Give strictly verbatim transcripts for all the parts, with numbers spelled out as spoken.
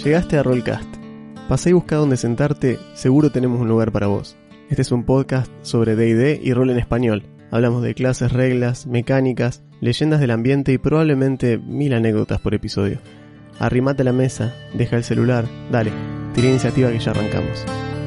Llegaste a Rollcast. Pasá y busca dónde sentarte, seguro tenemos un lugar para vos. Este es un podcast sobre D y D y rol en español. Hablamos de clases, reglas, mecánicas, leyendas del ambiente y probablemente mil anécdotas por episodio. Arrimate a la mesa, deja el celular, dale, tira iniciativa que ya arrancamos.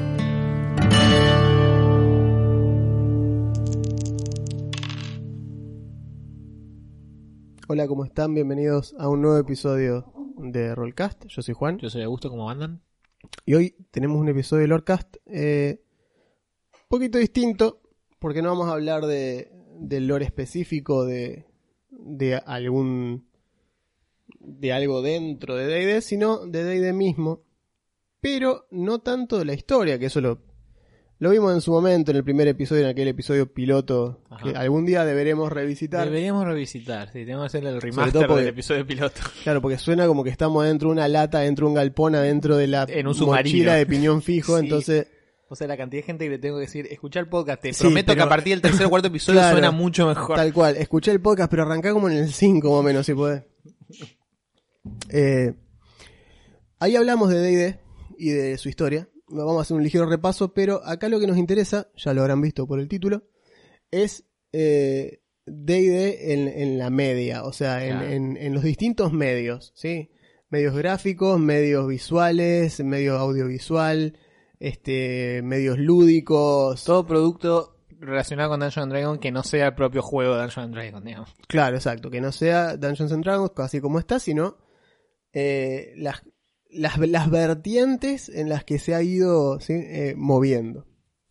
Hola, ¿cómo están? Bienvenidos a un nuevo episodio de Rollcast. Yo soy Juan. Yo soy Augusto, ¿cómo andan? Y hoy tenemos un episodio de Lorecast eh, un poquito distinto, porque no vamos a hablar de, del lore específico de, de algún de algo dentro de D y D, sino de D y D mismo, pero no tanto de la historia, que eso lo, lo vimos en su momento en el primer episodio, en aquel episodio piloto. Ajá. Que algún día deberemos revisitar. Deberíamos revisitar, sí, tenemos que hacer el remaster porque, del episodio piloto. Claro, porque suena como que estamos dentro de una lata, dentro de un galpón, adentro de la en un mochila de piñón fijo, sí. Entonces... O sea, la cantidad de gente que le tengo que decir, escuchar el podcast, te sí, prometo pero... que a partir del tercer o cuarto episodio claro, suena mucho mejor. Tal cual, escuché el podcast, pero arrancá como en el cinco más o menos, si podés. Eh, ahí hablamos de D y D y de su historia. Vamos a hacer un ligero repaso, pero acá lo que nos interesa, ya lo habrán visto por el título, es eh, D y D en, en la media, o sea, en, claro. en, en los distintos medios, ¿sí? Medios gráficos, medios visuales, medio audiovisual, este, medios lúdicos. Todo producto relacionado con Dungeons and Dragons que no sea el propio juego de Dungeons and Dragons, digamos. Claro, exacto, que no sea Dungeons and Dragons, así como está, sino eh, las... Las, las vertientes en las que se ha ido ¿sí? eh, moviendo.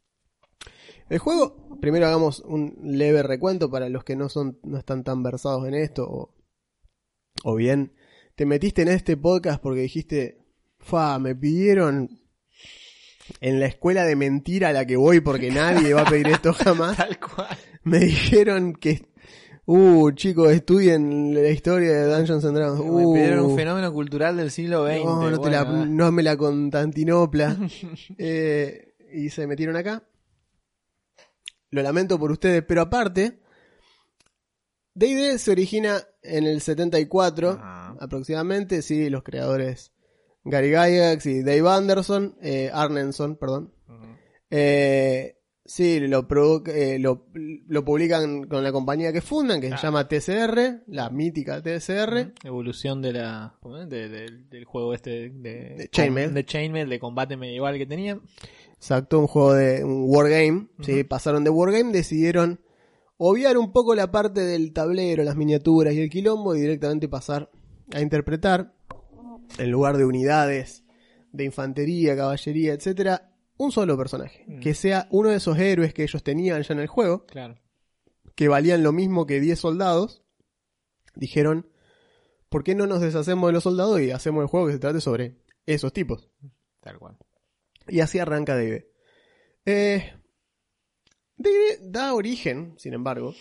El juego, primero hagamos un leve recuento para los que no son no están tan versados en esto, o, o bien te metiste en este podcast porque dijiste, fa, me pidieron en la escuela de mentira a la que voy porque nadie va a pedir esto jamás. Tal cual. Me dijeron que Uh, chicos, estudien la historia de Dungeons and Dragons. Uh, me pidieron un fenómeno cultural del siglo veinte. No, no, bueno, te la, no me la Constantinopla. eh, y se metieron acá. Lo lamento por ustedes, pero aparte, D y D se origina en el setenta y cuatro, uh-huh. aproximadamente. Sí, los creadores Gary Gygax y Dave Anderson, eh, Arneson, perdón. Uh-huh. Eh... Sí, lo, produ- eh, lo, lo publican con la compañía que fundan, que ah. se llama T C R, la mítica T C R. Evolución de la de, de, del juego este de, de Chainmail. De Chainmail, de combate medieval que tenían. Exacto, un juego de un wargame. Uh-huh. ¿Sí? Pasaron de wargame, decidieron obviar un poco la parte del tablero, las miniaturas y el quilombo y directamente pasar a interpretar, en lugar de unidades de infantería, caballería, etcétera, un solo personaje, mm. que sea uno de esos héroes que ellos tenían ya en el juego, claro. que valían lo mismo que diez soldados. Dijeron, ¿por qué no nos deshacemos de los soldados y hacemos el juego que se trate sobre esos tipos? Tal cual. Y así arranca D y D. Eh, D y D da origen, sin embargo,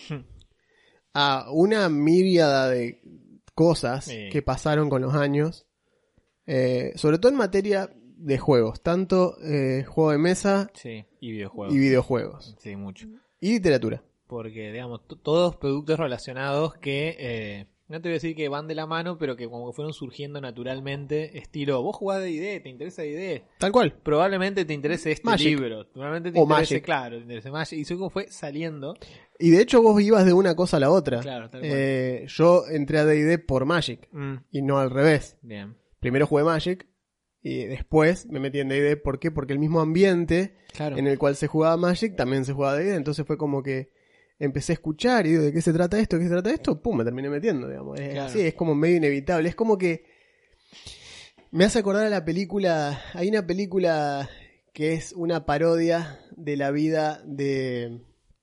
a una míriada de cosas sí. que pasaron con los años, eh, sobre todo en materia de juegos, tanto eh, juego de mesa sí, y videojuegos. y videojuegos. Sí, mucho. Y literatura. Porque, digamos, t- todos productos relacionados que, eh, no te voy a decir que van de la mano, pero que como que fueron surgiendo naturalmente, estilo, vos jugás de D y D, ¿te interesa D y D? Tal cual. Probablemente te interese este Magic. libro. Probablemente te o interese, Magic. Claro, te interese Magic. Y eso como fue saliendo. Y de hecho vos ibas de una cosa a la otra. Claro, tal cual. Eh, yo entré a D y D por Magic. Mm. Y no al revés. Bien. Primero jugué Magic. Y después me metí en D y D. ¿Por qué? Porque el mismo ambiente claro. en el cual se jugaba Magic también se jugaba D y D. Entonces fue como que empecé a escuchar y digo, ¿de qué se trata esto? ¿De qué se trata esto? Pum, me terminé metiendo, digamos. Es claro. así, es como medio inevitable. Es como que me hace acordar a la película. Hay una película que es una parodia de la vida de...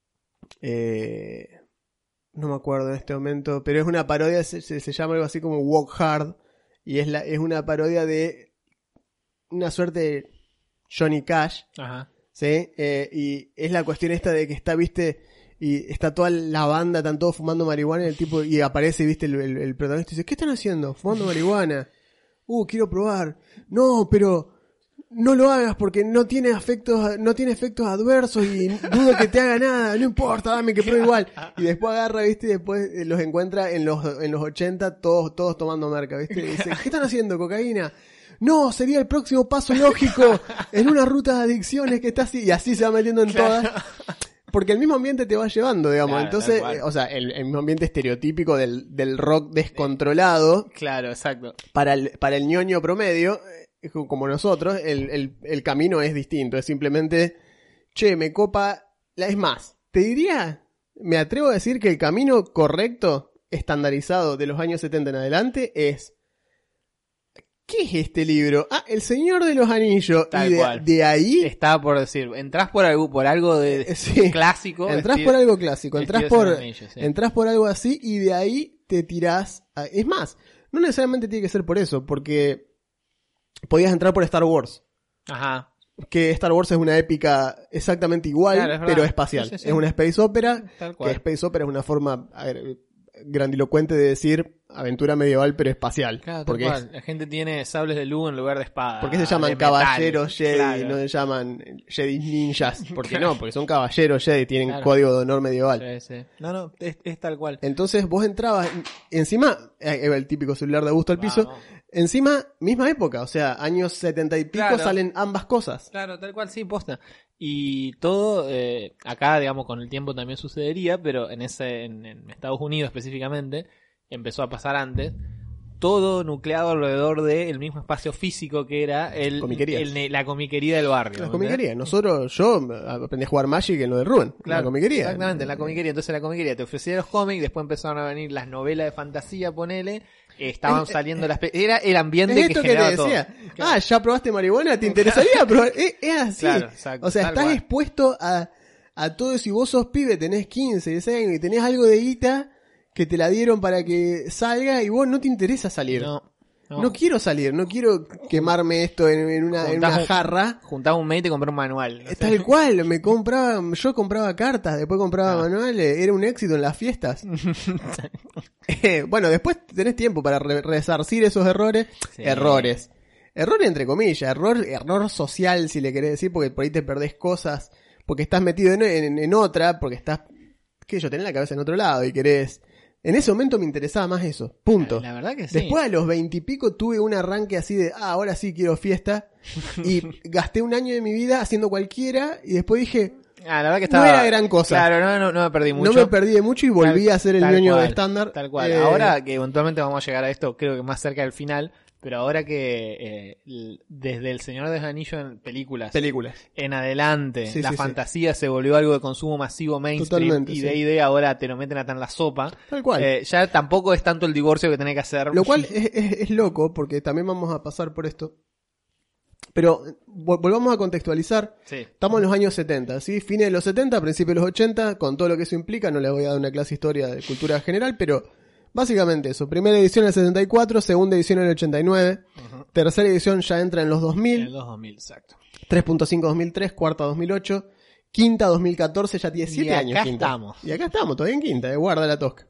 Eh, no me acuerdo en este momento, pero es una parodia, se, se, se llama algo así como Walk Hard. Y es, la, es una parodia de una suerte de Johnny Cash. Ajá. ¿Sí? Eh, y es la cuestión esta de que está, viste, y está toda la banda, están todos fumando marihuana y el tipo, y aparece, viste, el, el, el protagonista y dice, ¿qué están haciendo? Fumando marihuana. Uh, quiero probar. No, pero no lo hagas porque no tiene efectos, no tiene efectos adversos y dudo que te haga nada. No importa, dame que pruebe igual. Y después agarra, viste, y después los encuentra en los, en los ochenta todos, todos tomando marca, viste. Y dice, ¿qué están haciendo? ¿Cocaína? no, sería el próximo paso lógico en una ruta de adicciones que está así, y así se va metiendo en Claro. todas. Porque el mismo ambiente te va llevando, digamos. Claro, Entonces, tal cual. eh, o sea, el, el mismo ambiente estereotípico del, del rock descontrolado, Claro, exacto. para el, para el ñoño promedio, eh, como nosotros, el, el, el camino es distinto. Es simplemente, che, me copa. La, es más, te diría, me atrevo a decir que el camino correcto, estandarizado de los años setenta en adelante, es. ¿Qué es este libro? Ah, El Señor de los Anillos. Tal y de, cual. de ahí. Estaba por decir, entrás por algo, por algo de Eh, sí. clásico. Entrás estilo- por algo clásico, entrás estilo por, Señor de los Anillos, sí. entrás por algo así y de ahí te tirás. A... Es más, no necesariamente tiene que ser por eso, porque podías entrar por Star Wars. Ajá. Que Star Wars es una épica exactamente igual, Claro, es verdad. pero espacial. Sí, sí, sí. Es una space opera, Tal que cual. space opera es una forma a ver, grandilocuente de decir aventura medieval pero espacial. Claro, tal porque, cual. es- La gente tiene sables de luz en lugar de espada. porque se llaman de metal. caballeros Jedi, Claro. no se llaman Jedi ninjas. ¿Por qué no? Porque son caballeros Jedi, tienen Claro. código de honor medieval. Sí, sí. No, no, es, es tal cual. Entonces vos entrabas, encima, eh, el típico celular de gusto al piso, Vamos. encima, misma época, o sea, años setenta y pico Claro. salen ambas cosas. Claro, tal cual, sí, posta. Y todo, eh, acá, digamos, con el tiempo también sucedería, pero en ese, en, en Estados Unidos específicamente, empezó a pasar antes, todo nucleado alrededor del mismo espacio físico que era el, Comiquerías. el ne- la comiquería del barrio. La ¿entendés? comiquería. Nosotros, yo aprendí a jugar Magic en lo de Rubén, Claro, la comiquería. Exactamente, en la comiquería. Entonces la comiquería te ofrecía los cómics, después empezaron a venir las novelas de fantasía, ponele, eh, estaban Es- saliendo las... pe- Era el ambiente Es que esto que te generaba todo. decía. Ah, ¿ya probaste marihuana? ¿Te interesaría probar? Es, es así. Claro, exacto, o sea, tal estás cual. expuesto a, a todo eso y vos sos pibe, tenés quince, dieciséis años y tenés algo de guita que te la dieron para que salga y vos no te interesa salir. No, no. No quiero salir, no quiero quemarme esto en, en una, en Juntás una un- jarra. Juntaba un mail y te compré un manual. no sé. Tal cual, me compraba, yo compraba cartas, después compraba Ah. manuales, era un éxito en las fiestas. Eh, bueno, después tenés tiempo para re- resarcir esos errores. Sí. Errores. Errores entre comillas, error, error social si le querés decir, porque por ahí te perdés cosas, porque estás metido en, en, en otra, porque estás, qué sé yo, tenés la cabeza en otro lado y querés... En ese momento me interesaba más eso, punto. La verdad que sí. Después a los veintipico tuve un arranque así de, ah, ahora sí quiero fiesta. Y gasté un año de mi vida haciendo cualquiera y después dije, Ah, la verdad que no estaba... era gran cosa. Claro, no, no, no me perdí mucho. no me perdí de mucho y volví Tal- a ser el tal ñoño cual, de estándar. Tal cual. Eh, Ahora que eventualmente vamos a llegar a esto, creo que más cerca del final, pero ahora que eh, l- desde El Señor de los Anillos en películas películas. en adelante, Sí, la sí, sí. fantasía se volvió algo de consumo masivo mainstream Totalmente, y sí. D y D ahora te lo meten a tan la sopa. Tal cual. Eh, ya tampoco es tanto el divorcio que tenés que hacer. Lo cual es, es, es loco porque también vamos a pasar por esto. Pero vol- volvamos a contextualizar. Sí. Estamos en los años setenta, ¿sí? Fines de los setenta, principios de los ochenta, con todo lo que eso implica. No les voy a dar una clase de historia de cultura general, pero básicamente eso. Primera edición en el setenta y cuatro, segunda edición en el ochenta y nueve, Ujú. tercera edición ya entra en los dos En mil, el dos mil, exacto. tres punto cinco dos mil tres, cuarta dos mil ocho, quinta dos mil catorce, ya tiene Y siete acá años quinta. estamos. Y acá estamos, todavía en quinta, eh, guarda la tosca.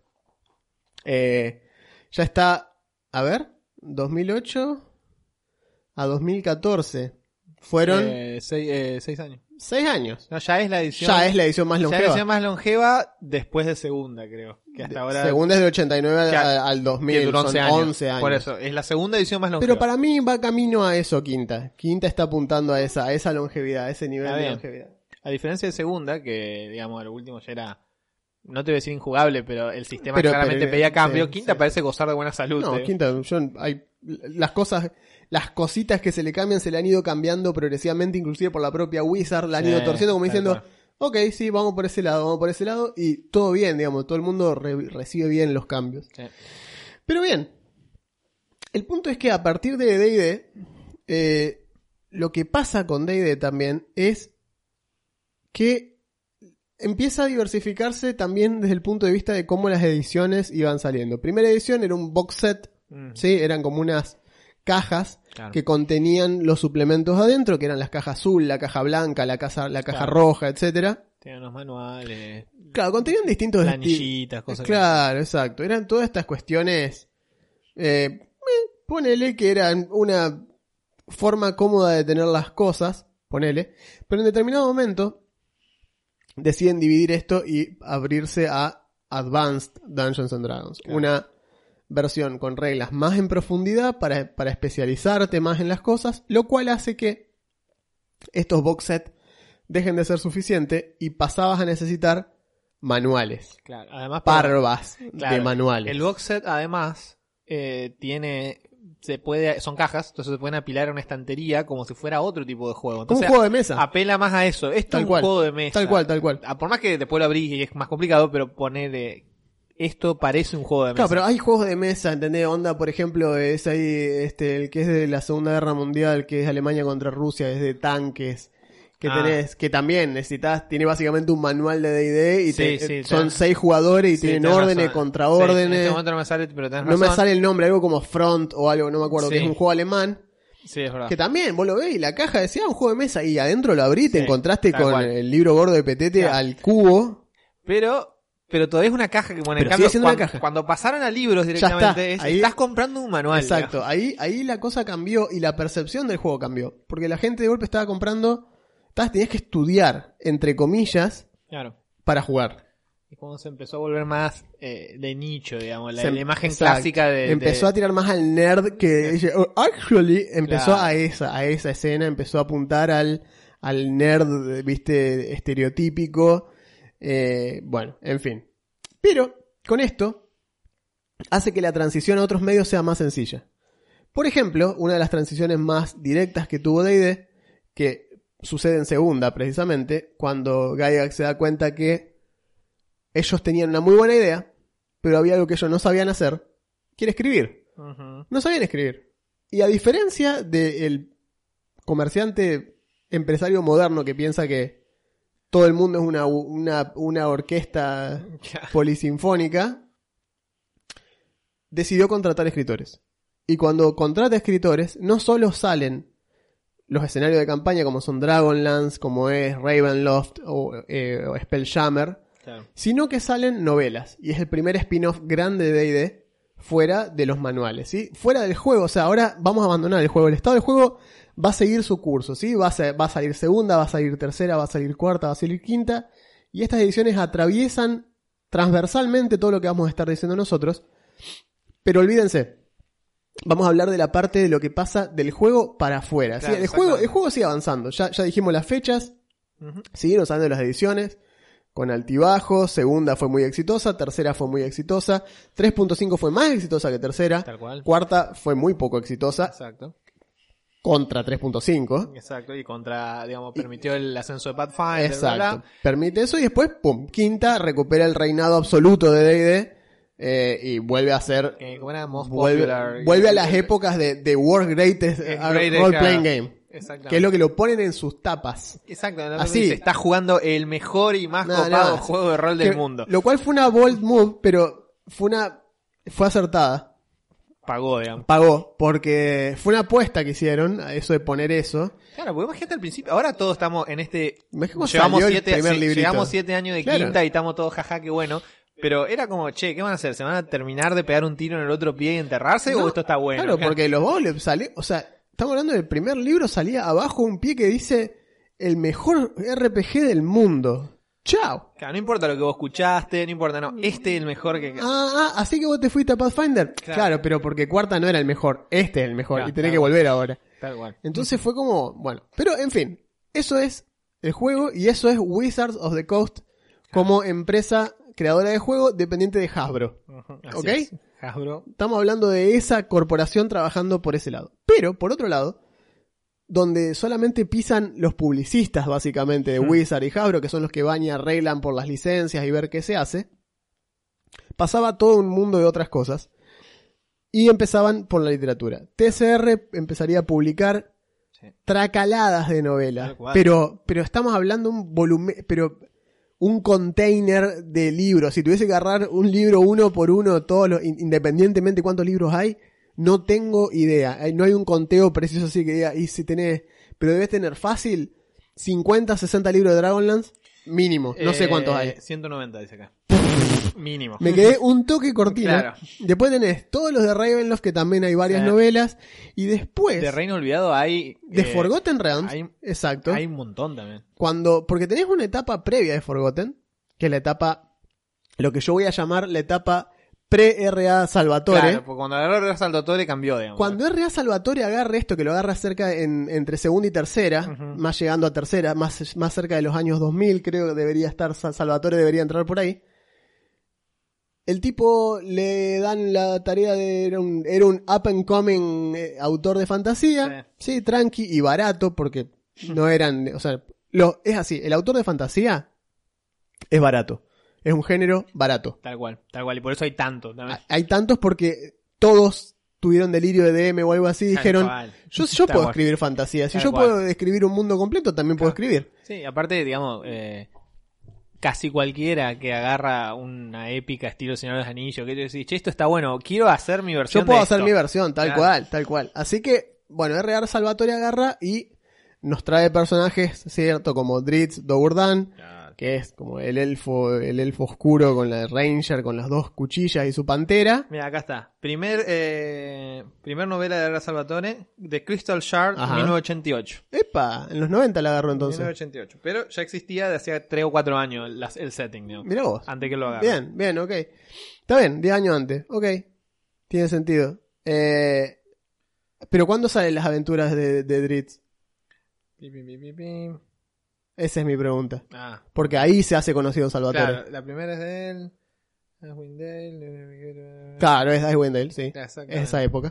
Eh, ya está, a ver, dos mil ocho a dos mil catorce. Fueron Eh, seis, eh, seis años. seis años. No, ya es la edición. Ya es la edición más ya es la longeva. edición más longeva después de segunda, creo. Que hasta ahora. Segunda es del ochenta y nueve al, que- al dos mil, que duró son once años. once años. Por eso, es la segunda edición más longeva. Pero para mí va camino a eso, Quinta. Quinta está apuntando a esa, a esa longevidad, a ese nivel Está de bien. longevidad. A diferencia de segunda, que digamos, a lo último ya era. No te voy a decir injugable, pero el sistema Pero- claramente pero- pedía cambio. sí, Quinta sí. parece gozar de buena salud. No, eh. Quinta, yo, hay, las cosas, las cositas que se le cambian se le han ido cambiando progresivamente, inclusive por la propia Wizard, la han Sí, ido torciendo como tal diciendo, cual. ok, sí, vamos por ese lado, vamos por ese lado, y todo bien, digamos, todo el mundo re- recibe bien los cambios. Sí. Pero bien, el punto es que a partir de D y D, eh, lo que pasa con D y D también es que empieza a diversificarse también desde el punto de vista de cómo las ediciones iban saliendo. Primera edición era un box set, Mm, ¿sí? Eran como unas cajas claro. que contenían los suplementos adentro, que eran las cajas azul, la caja blanca, la, caja, la caja Claro. roja, etcétera. Tienen unos manuales, Claro, contenían distintos esti- planillitas, cosas Claro, exacto. Eran todas estas cuestiones. Eh, eh, ponele que eran una forma cómoda de tener las cosas. Ponele. Pero en determinado momento deciden dividir esto y abrirse a Advanced Dungeons and Dragons. Claro. Una versión con reglas más en profundidad para, para especializarte más en las cosas, lo cual hace que estos box sets dejen de ser suficientes y pasabas a necesitar manuales. Claro, además parvas claro, de manuales. El box set además eh, tiene se puede son cajas, entonces se pueden apilar en una estantería como si fuera otro tipo de juego. Entonces, como un juego de mesa. Apela más a eso. Esto tal es un cual, juego de mesa. Tal cual, tal cual. Por más que después lo abrís y es más complicado, pero poner eh, esto parece un juego de mesa. Claro, pero hay juegos de mesa, ¿entendés? Onda, por ejemplo, es ahí este el que es de la Segunda Guerra Mundial, que es Alemania contra Rusia, es de tanques. Que ah. tenés, que también necesitas, tiene básicamente un manual de D and D y sí, te, sí, son tenés, seis jugadores y sí, tienen órdenes, razón. contraórdenes. Sí, en este momento no me sale, pero tenés no razón. me sale el nombre, algo como Front o algo, no me acuerdo, Sí. que es un juego alemán. Sí, es verdad. Que también, vos lo ves y la caja decía un juego de mesa y adentro lo abrí y te Sí, encontraste tal con cual. el libro gordo de Petete Claro. al cubo. Pero, pero todavía es una caja que, bueno, en Pero cambio, sigue siendo cuando, una caja. cuando pasaron a libros Ya directamente, está, es- ahí- estás comprando un manual. Exacto, digamos. ahí, ahí la cosa cambió y la percepción del juego cambió. Porque la gente de golpe estaba comprando, estabas, tenías que estudiar, entre comillas, Claro. para jugar. Y cuando se empezó a volver más eh, de nicho, digamos, la, Se- la imagen exacto. clásica de... Empezó de- a tirar más al nerd que dice, "Oh, actually, empezó Claro. a esa, a esa escena, empezó a apuntar al, al nerd, viste, estereotípico. Eh, bueno, en fin. Pero, con esto, hace que la transición a otros medios sea más sencilla. Por ejemplo, una de las transiciones más directas que tuvo D and D, que sucede en segunda precisamente, cuando Gygax se da cuenta que ellos tenían una muy buena idea, pero había algo que ellos no sabían hacer, que era escribir. Ujú. No sabían escribir. Y a diferencia del comerciante empresario moderno que piensa que todo el mundo es una, una, una orquesta polisinfónica, decidió contratar escritores. Y cuando contrata escritores, no solo salen los escenarios de campaña como son Dragonlance, como es Ravenloft o, eh, o Spelljammer, Claro. sino que salen novelas. Y es el primer spin-off grande de D and D fuera de los manuales, ¿sí? Fuera del juego, o sea, ahora vamos a abandonar el juego. El estado del juego va a seguir su curso, ¿sí? Va a, ser, va a salir segunda, va a salir tercera, va a salir cuarta, va a salir quinta. Y estas ediciones atraviesan transversalmente todo lo que vamos a estar diciendo nosotros. Pero olvídense, vamos a hablar de la parte de lo que pasa del juego para afuera, ¿sí? Claro, El juego, el juego sigue avanzando. Ya, ya dijimos las fechas, Ujú. siguieron saliendo las ediciones con altibajos. Segunda fue muy exitosa, tercera fue muy exitosa, tres punto cinco fue más exitosa que tercera, Tal cual. cuarta fue muy poco exitosa Exacto. contra tres punto cinco. Exacto. Y contra, digamos, permitió el ascenso de Pathfinder. Exacto, bla, bla. permite eso y después, pum, quinta, recupera el reinado absoluto de D and D eh, y vuelve a ser, Que como era most vuelve, popular. vuelve a las épocas de, de World Greatest Eh, uh, greatest, Role Playing claro. Game, Exactamente. que es lo que lo ponen en sus tapas. Exacto. Así. Se está jugando el mejor y más No, copado no, juego de rol Que- del mundo. Lo cual fue una bold move, pero fue una fue acertada. Pagó, digamos. Pagó, porque fue una apuesta que hicieron, a eso de poner eso. Claro, porque imagínate al principio. Ahora todos estamos en este. ¿Ves cómo Llevamos salió el siete, primer sí, librito? llegamos siete años de Claro. quinta y estamos todos jaja, qué bueno. Pero era como, che, ¿qué van a hacer? ¿Se van a terminar de pegar un tiro en el otro pie y enterrarse? No, ¿O esto está bueno? Claro, porque los dos le salió, o sea, estamos hablando del primer libro, salía abajo un pie que dice el mejor R P G del mundo. Chao. Claro, no importa lo que vos escuchaste, no importa, no. Este es el mejor que. Ah, ah, así que vos te fuiste a Pathfinder. Claro, Claro. pero porque cuarta no era el mejor, este es el mejor Claro, y tenés claro. que volver ahora. Tal cual. Entonces fue como, bueno, pero en fin, eso es el juego y eso es Wizards of the Coast como empresa creadora de juego dependiente de Hasbro. Ujú, así ¿Ok? es. Hasbro. Estamos hablando de esa corporación trabajando por ese lado. Pero, por otro lado, donde solamente pisan los publicistas básicamente de Hmm. Wizard y Hasbro, que son los que van y arreglan por las licencias y ver qué se hace, pasaba todo un mundo de otras cosas. Y empezaban por la literatura. T C R empezaría a publicar Sí. tracaladas de novelas. Tal cual. Pero, pero estamos hablando un volumen, pero un container de libros. Si tuviese que agarrar un libro uno por uno, todos los, independientemente de cuántos libros hay, no tengo idea. Hay- No hay un conteo preciso así que diga, y si tenés, pero debes tener fácil cincuenta, sesenta libros de Dragonlance, mínimo. No sé Eh, cuántos hay. ciento noventa dice acá. Mínimo. Me quedé un toque cortina. Claro. Después tenés todos los de Ravenloft, que también hay varias Sí. novelas. Y después, De Reino Olvidado hay. de eh, Forgotten Realms, hay- exacto. Hay un montón también. Cuando, porque tenés una etapa previa de Forgotten, que es la etapa, lo que yo voy a llamar la etapa pre-R A Salvatore. Claro, porque cuando agarró R A Salvatore cambió, digamos. Cuando R A Salvatore agarra esto, que lo agarra cerca en, entre segunda y tercera, uh-huh. más llegando a tercera, más, más cerca de los años dos mil, creo que debería estar, Salvatore debería entrar por ahí. El tipo le dan la tarea de... Era un, era un up and coming eh, autor de fantasía, sí. sí, tranqui y barato, porque no eran... O sea, lo, es así, el autor de fantasía es barato. Es un género barato. Tal cual, tal cual. Y por eso hay tantos. ¿No? Hay tantos porque todos tuvieron delirio de D M o algo así. Tal dijeron, cual. yo, yo puedo cual. escribir fantasía. Si tal yo cual. puedo escribir un mundo completo, también claro. puedo escribir. Sí, aparte, digamos, eh, casi cualquiera que agarra una épica estilo Señor de los Anillos, que te decís, che, esto está bueno, quiero hacer mi versión Yo puedo de hacer esto. mi versión, tal claro. cual, tal cual. Así que, bueno, R A Salvatore agarra y nos trae personajes, cierto, como Drizzt Do'Urden, claro. que es como el elfo, el elfo oscuro con la Ranger, con las dos cuchillas y su pantera. Mira, acá está. Primer, eh, primer novela de R A Salvatore, The Crystal Shard, Ajá. mil novecientos ochenta y ocho. Epa, en los noventa la agarró entonces. mil novecientos ochenta y ocho. Pero ya existía de hacía tres o cuatro años el, el setting, ¿no? Mirá vos. Antes que lo agarre. Bien, bien, ok. Está bien, diez años antes. Ok. Tiene sentido. Eh, pero ¿cuándo salen las aventuras de, de Drizzt? Pi, pi, pi, pi, pi. Esa es mi pregunta. Ah. Porque ahí se hace conocido Salvatore. Claro, la primera es de él. Icewind Dale. Claro, es Icewind Dale, sí. Es esa época.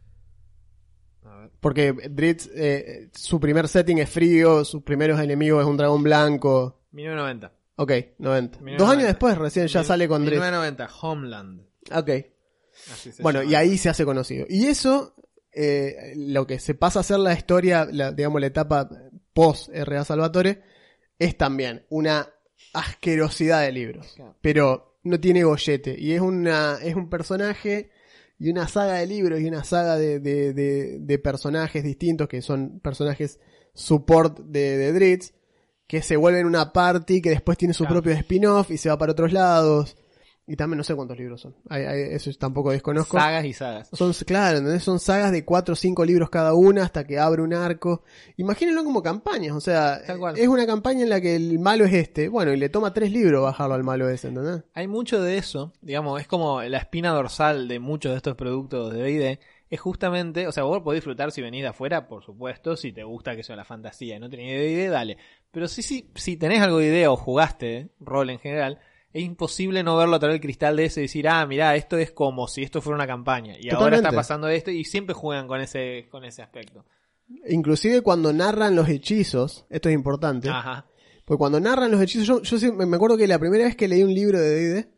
A ver. Porque Drizzt, eh, su primer setting es frío, sus primeros enemigos es un dragón blanco. mil novecientos noventa. Ok, noventa. mil novecientos noventa. Dos años después recién ya Mil, sale con Drizzt. mil novecientos noventa, Homeland. Ok. Así se bueno, llama. Y ahí se hace conocido. Y eso, eh, lo que se pasa a ser la historia, la, digamos la etapa post-R A Salvatore, es también una asquerosidad de libros. Claro. Pero no tiene gollete. Y es una es un personaje y una saga de libros y una saga de, de, de, de personajes distintos que son personajes support de, de Drizzt, que se vuelven una party que después tiene su claro. propio spin-off y se va para otros lados. Y también no sé cuántos libros son. Hay, hay, eso tampoco desconozco. Sagas y sagas. Son, claro, ¿entendés? Son sagas de cuatro o cinco libros cada una hasta que abre un arco. Imagínenlo como campañas. O sea, es una campaña en la que el malo es este. Bueno, y le toma tres libros bajarlo al malo ese, ¿entendés? Hay mucho de eso. Digamos, es como la espina dorsal de muchos de estos productos de D and D. Es justamente, o sea, vos podés disfrutar si venís de afuera, por supuesto, si te gusta que sea la fantasía y no tenés D and D, dale. Pero sí, sí, si tenés algo de idea o jugaste rol en general, es imposible no verlo a través del cristal de ese y decir, ah, mirá, esto es como si esto fuera una campaña. Y Totalmente. Ahora está pasando esto y siempre juegan con ese con ese aspecto. Inclusive cuando narran los hechizos, esto es importante. Ajá. Porque cuando narran los hechizos, yo, yo sí, me acuerdo que la primera vez que leí un libro de D and D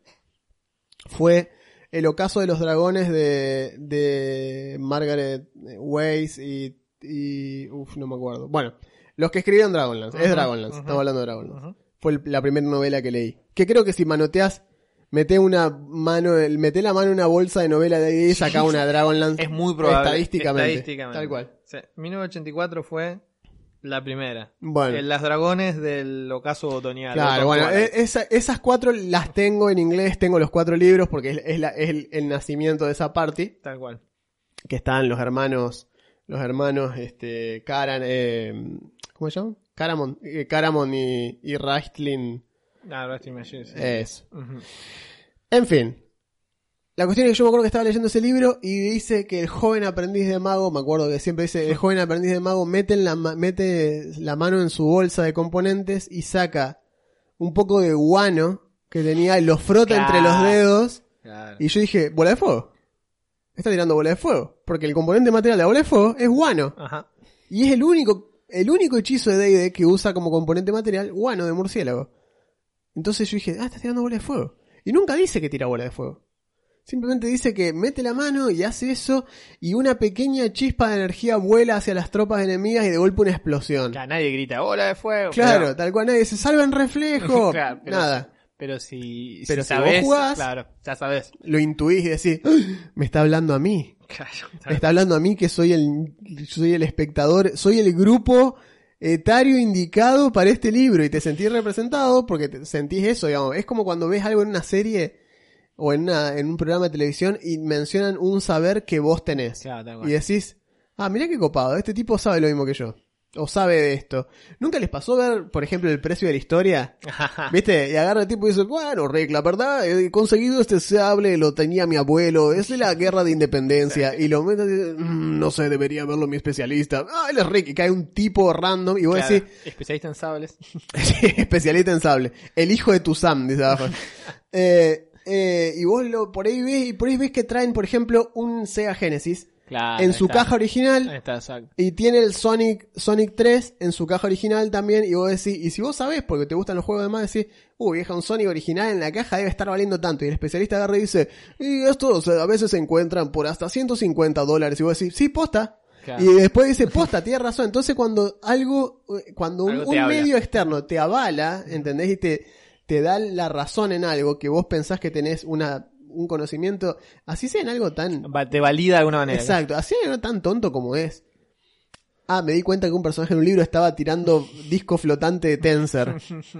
fue El ocaso de los dragones de, de Margaret Weiss y, y... Uf, no me acuerdo. Bueno, los que escribieron Dragonlance. Uh-huh. Es Dragonlance, uh-huh. Estamos hablando de Dragonlance. Uh-huh. Fue el, la primera novela que leí. Que creo que si manoteas, meté una mano, meté la mano en una bolsa de novela de D and D y sacá una Dragonlance. Es muy probable. Estadísticamente. Estadísticamente. Tal cual. Sí. mil novecientos ochenta y cuatro fue la primera. Bueno. Las dragones del ocaso otoñal. Claro, bueno, esa, esas cuatro las tengo en inglés, tengo los cuatro libros porque es, es, la, es el, el nacimiento de esa party. Tal cual. Que están los hermanos, los hermanos, este, Karan, eh, ¿cómo se llama? Caramon, eh, Caramon y, y Raistlin. Ah, Raistlin Machine, sí. Eso. Uh-huh. En fin. La cuestión es que yo me acuerdo que estaba leyendo ese libro y dice que el joven aprendiz de mago, me acuerdo que siempre dice, el joven aprendiz de mago mete, en la, mete la mano en su bolsa de componentes y saca un poco de guano que tenía, lo frota claro. entre los dedos. Claro. Y yo dije, ¿bola de fuego? Está tirando bola de fuego. Porque el componente material de la bola de fuego es guano. Ajá. Y es el único, el único hechizo de D and D que usa como componente material guano de murciélago. Entonces yo dije, ah, está tirando bola de fuego. Y nunca dice que tira bola de fuego. Simplemente dice que mete la mano y hace eso y una pequeña chispa de energía vuela hacia las tropas enemigas y de golpe una explosión. Claro, nadie grita bola de fuego. Claro, pero... tal cual nadie se salva en reflejo. Claro, pero nada. Si, pero si, pero si, si sabés, vos jugás, claro, ya sabés. Lo intuís y decís, me está hablando a mí. Claro, me está hablando a mí que soy el, soy el espectador, soy el grupo etario indicado para este libro y te sentís representado porque te sentís eso, digamos. Es como cuando ves algo en una serie o en, una, en un programa de televisión y mencionan un saber que vos tenés. Claro, y decís, ah, mirá qué copado, este tipo sabe lo mismo que yo. o sabe de esto. ¿Nunca les pasó ver, por ejemplo, el precio de la historia? ¿Viste? Y agarra el tipo y dice, bueno, Rick, la verdad, he conseguido este sable, lo tenía mi abuelo, es de la guerra de independencia. Y lo mete y dice, mmm, no sé, debería verlo mi especialista. Ah, él es Rick, y cae un tipo random y vos Claro, decís... especialista en sables. Sí, especialista en sable. El hijo de tu Sam, dice abajo. eh, eh, y vos lo por ahí ves, y por ahí ves que traen, por ejemplo, un Sega Genesis Claro, en su está. caja original. Ahí está, exacto. Y tiene el Sonic Sonic tres en su caja original también. Y vos decís, y si vos sabés, porque te gustan los juegos demás, decís, uy, vieja, un Sonic original en la caja debe estar valiendo tanto. Y el especialista agarra y dice, y estos a veces se encuentran por hasta ciento cincuenta dólares. Y vos decís, sí, posta. Claro. Y después dice, posta, tienes razón. Entonces cuando algo, cuando un, Algo te un habla. medio externo te avala, ¿entendés? Y te, te da la razón en algo que vos pensás que tenés una, un conocimiento, así sea en algo tan... Va- Te valida de alguna manera. Exacto, así en algo tan tonto como es. Ah, me di cuenta que un personaje en un libro estaba tirando disco flotante de Tensor.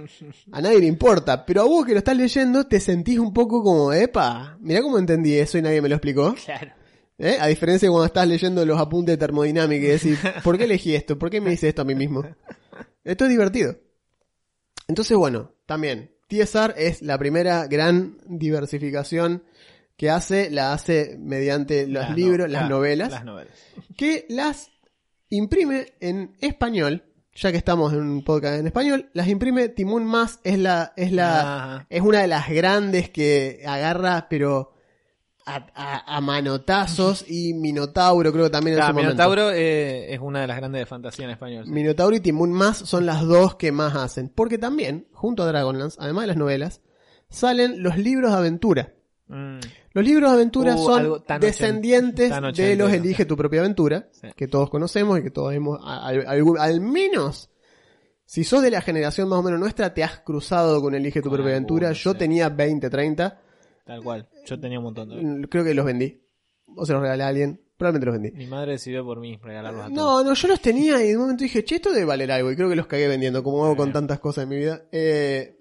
A nadie le importa, pero a vos que lo estás leyendo te sentís un poco como, epa, mirá cómo entendí eso y nadie me lo explicó. Claro. ¿Eh? A diferencia de cuando estás leyendo los apuntes de termodinámica y decís, ¿por qué elegí esto? ¿Por qué me hice esto a mí mismo? Esto es divertido. Entonces, bueno, también, T S R es la primera gran diversificación que hace, la hace mediante los Las no- libros, las claro, novelas, Las novelas. que las imprime en español, ya que estamos en un podcast en español, las imprime Timón Más, es la, es la, Ajá. es una de las grandes que agarra, pero a, a, a manotazos, y Minotauro creo que también en Claro, su momento. Minotauro eh, es una de las grandes de fantasía en español. sí. Minotauro y Timón Más son las dos que más hacen, porque también, junto a Dragonlance, además de las novelas, salen los libros de aventura. Mm. Los libros de aventura Uh, son algo tan descendientes ochen- tan de ochentero. los Elige tu propia aventura, Sí. que todos conocemos y que todos hemos, al, al- al menos, si sos de la generación más o menos nuestra, te has cruzado con Elige tu Con propia aventura. alguno, Yo sí. tenía veinte, treinta, Tal cual. Yo tenía un montón de... mm, creo que los vendí. O se los regalé a alguien, probablemente los vendí. Mi madre decidió por mí regalarlos a todos. No, no, yo los tenía y de un momento dije, che, esto debe valer algo, y creo que los cagué vendiendo, como hago con Bien. tantas cosas en mi vida. Eh,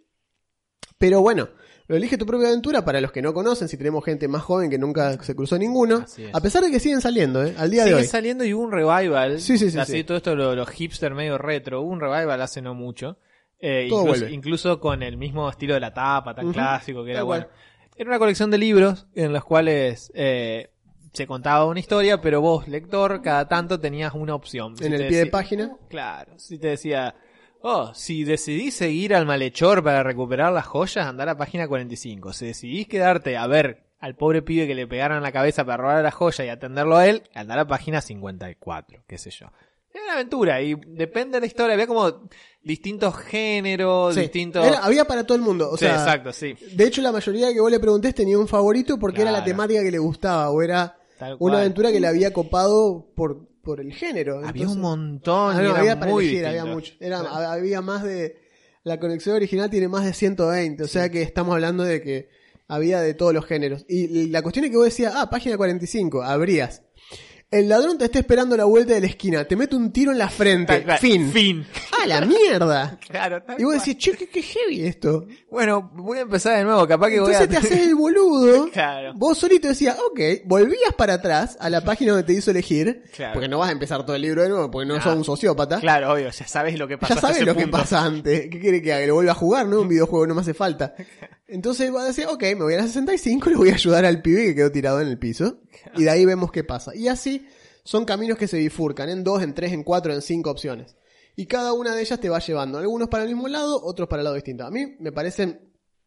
pero bueno, lo Elige tu propia aventura, para los que no conocen, si tenemos gente más joven que nunca se cruzó ninguno, Así es. a pesar de que siguen saliendo, ¿eh? Al día de Sigue hoy. saliendo y hubo un revival. Sí, sí, sí, Así sí. todo esto, lo- los hipster medio retro. Hubo un revival hace no mucho. Eh, Todo incluso, vuelve. incluso con el mismo estilo de la tapa, tan Ujú. clásico que era Tal cual. bueno. Era una colección de libros en los cuales eh, se contaba una historia, pero vos, lector, cada tanto tenías una opción. En Si el te pie de decí- página. Claro, si te decía, oh, si decidís seguir al malhechor para recuperar las joyas, andá a la página cuarenta y cinco. Si decidís quedarte a ver al pobre pibe que le pegaron en la cabeza para robar la joya y atenderlo a él, andá a la página cincuenta y cuatro, qué sé yo. Era una aventura y depende de la historia, había como distintos géneros, Sí. distintos... Era- había para todo el mundo. O Sí, sea, exacto, sí. de hecho, la mayoría que vos le preguntés tenía un favorito porque era la Claro. temática que le gustaba, o era Tal cual. una aventura que le había copado por, por el género. Había Entonces- un montón, Ah, y no, era había para muy elegir, había distinto. mucho. Era, Sí. había más de... La colección original tiene más de ciento veinte, o sea que estamos hablando de que había de todos los géneros. Y la cuestión es que vos decías, ah, página cuarenta y cinco, abrías. El ladrón te está esperando a la vuelta de la esquina, te mete un tiro en la frente, Tal cual. fin. Fin. ¡Ah, la mierda! Claro, tal Y vos cual. decís, che, qué, qué heavy esto. Bueno, voy a empezar de nuevo, capaz que voy a... Entonces te haces el boludo. Claro. Vos solito decías, ok, volvías para atrás a la página donde te hizo elegir. Claro. Porque no vas a empezar todo el libro de nuevo, porque no Ah. sos un sociópata. Claro, obvio, ya sabes lo que pasó Ya hasta sabes ese lo que punto. pasa antes. ¿Qué quiere que haga? Que lo vuelva a jugar, ¿no? Un videojuego no me hace falta. Entonces vas a decir, ok, me voy a la sesenta y cinco, le voy a ayudar al pibe que quedó tirado en el piso. Y de ahí vemos qué pasa. Y así son caminos que se bifurcan en dos, en tres, en cuatro, en cinco opciones. Y cada una de ellas te va llevando. Algunos para el mismo lado, otros para el lado distinto. A mí me parecen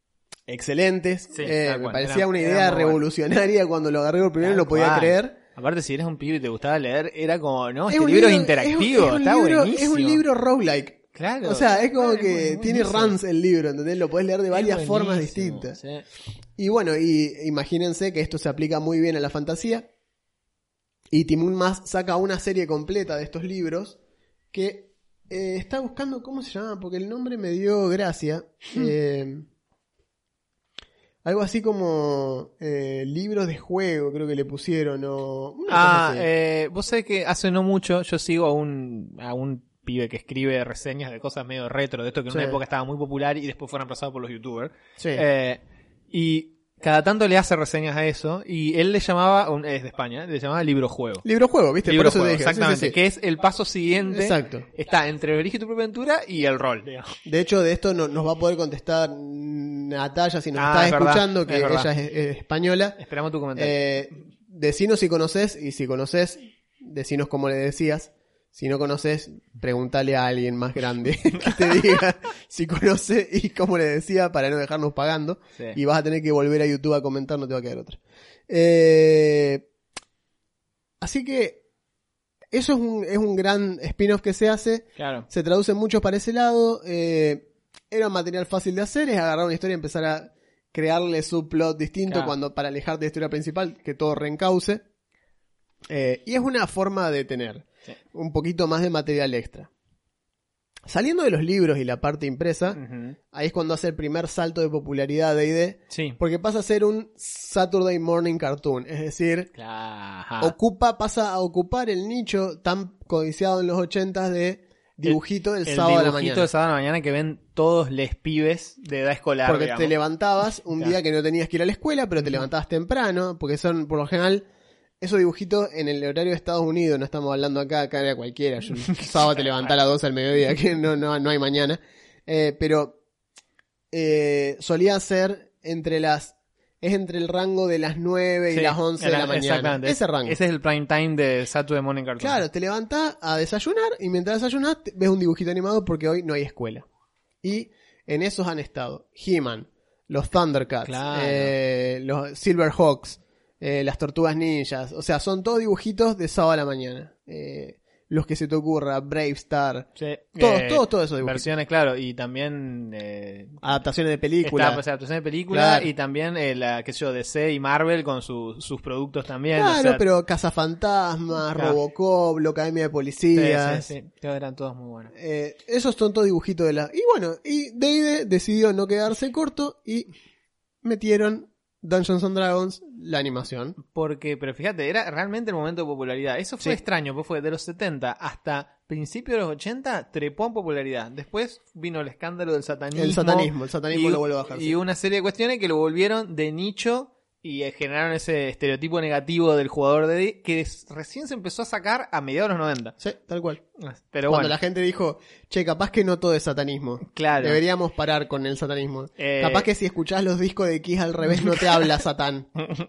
excelentes. Sí, Eh, tal me cual. parecía Era- una era idea muy bueno. revolucionaria cuando lo agarré por primero y Tal no podía cual. creer. Aparte, si eres un pibe y te gustaba leer, era como, no, Es este un libro es libro- interactivo, es un- es un está libro- buenísimo. Es un libro roguelike. Claro. O sea, es como Ay, que muy- muy tiene buenísimo. runs el libro, ¿entendés? Lo podés leer de varias Es formas buenísimo, distintas. sí. Y bueno, y imagínense que esto se aplica muy bien a la fantasía. Y Timún Más saca una serie completa de estos libros que eh, está buscando, ¿cómo se llama? Porque el nombre me dio gracia. Eh, algo así como eh, libros de juego, creo que le pusieron. O una cosa Ah, así. eh, vos sabés que hace no mucho yo sigo a un, a un pibe que escribe reseñas de cosas medio retro, de esto que en Sí. una época estaba muy popular y después fue reemplazado por los youtubers. Sí. Eh, y cada tanto le hace reseñas a eso, y él le llamaba, un- es de España, le llamaba libro juego. Libro juego, ¿viste? Libro Por eso juego, te dije. Sí, exactamente, sí, sí. que es el paso siguiente. Exacto. Está entre Elige tu propia aventura y el rol, digamos. De hecho, de esto no- nos va a poder contestar Natalia si nos Ah, estás es verdad, escuchando, que es verdad. ella es, es española. Esperamos tu comentario. Eh, decinos si conoces, y si conoces, decinos como le decías. Si no conoces, pregúntale a alguien más grande que te diga si conoce y cómo le decía para no dejarnos pagando. Sí. Y vas a tener que volver a YouTube a comentar, no te va a quedar otra. Eh, así que eso es un, es un gran spin-off que se hace. Claro. Se traducen muchos para ese lado. Eh, era un material fácil de hacer, es agarrar una historia y empezar a crearle subplot distinto Claro. cuando para alejarte de la historia principal, que todo reencauce. Eh, y es una forma de tener Sí. un poquito más de material extra. Saliendo de los libros y la parte impresa, Ujú. ahí es cuando hace el primer salto de popularidad de D and D, Sí. porque pasa a ser un Saturday Morning Cartoon, es decir, Claro. ocupa, pasa a ocupar el nicho tan codiciado en los ochentas de dibujito del El sábado a la dibujito mañana. de sábado a la mañana que ven todos les pibes de edad escolar, Porque digamos. te levantabas un Claro. día que no tenías que ir a la escuela, pero te Ujú. levantabas temprano, porque son por lo general esos dibujitos en el horario de Estados Unidos, no estamos hablando acá, acá era cualquiera, yo, el sábado te levantás a las doce al mediodía, que no, no, no hay mañana, eh, pero eh, solía ser entre las, es entre el rango de las nueve y Sí, las once de era- la mañana, exactamente. ese rango. Ese es el prime time de Saturday Morning Cartoon. Claro, te levantás a desayunar y mientras desayunás te- ves un dibujito animado porque hoy no hay escuela. Y en esos han estado He-Man, los Thundercats, Claro. eh, los Silverhawks, eh, las Tortugas Ninjas. O sea, son todos dibujitos de sábado a la mañana. Eh, los que se te ocurra, Brave Star, Sí, todos, eh, todos, todos esos dibujitos. versiones, claro, y también eh, Adaptaciones de está películas. pues, adaptación de película Claro. y también eh, la qué sé yo, D C y Marvel con su- sus productos también. Claro, o sea, pero Cazafantasmas, Claro. Robocop, la Academia de sí, Policías. sí, sí, todos eran todos muy buenos. Eh, esos son todos dibujitos de la... Y bueno, y D and D decidió no quedarse corto y metieron Dungeons and Dragons, la animación. Porque, pero fíjate, era realmente el momento de popularidad. Eso fue Sí. extraño, pues fue de los setenta hasta principios de los ochenta, trepó en popularidad. Después vino el escándalo del satanismo. El satanismo, el satanismo y, lo vuelve a bajar. y sí. una serie de cuestiones que lo volvieron de nicho y eh, generaron ese estereotipo negativo del jugador de D que es- recién se empezó a sacar a mediados de los noventa. Sí, tal cual. Pero Cuando bueno, la gente dijo, che, capaz que no todo es satanismo. claro. Deberíamos parar con el satanismo. Eh, Capaz que si escuchás los discos de Kiss al revés no te habla Satán.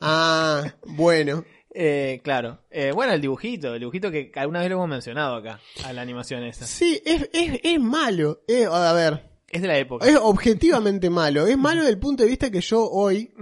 Ah, bueno. Eh, claro. Eh, bueno, el dibujito, el dibujito que alguna vez lo hemos mencionado acá, a la animación esa. Sí, es, es, es malo. Eh, a ver, Es de la época. es objetivamente malo. Es malo desde el punto de vista que yo hoy,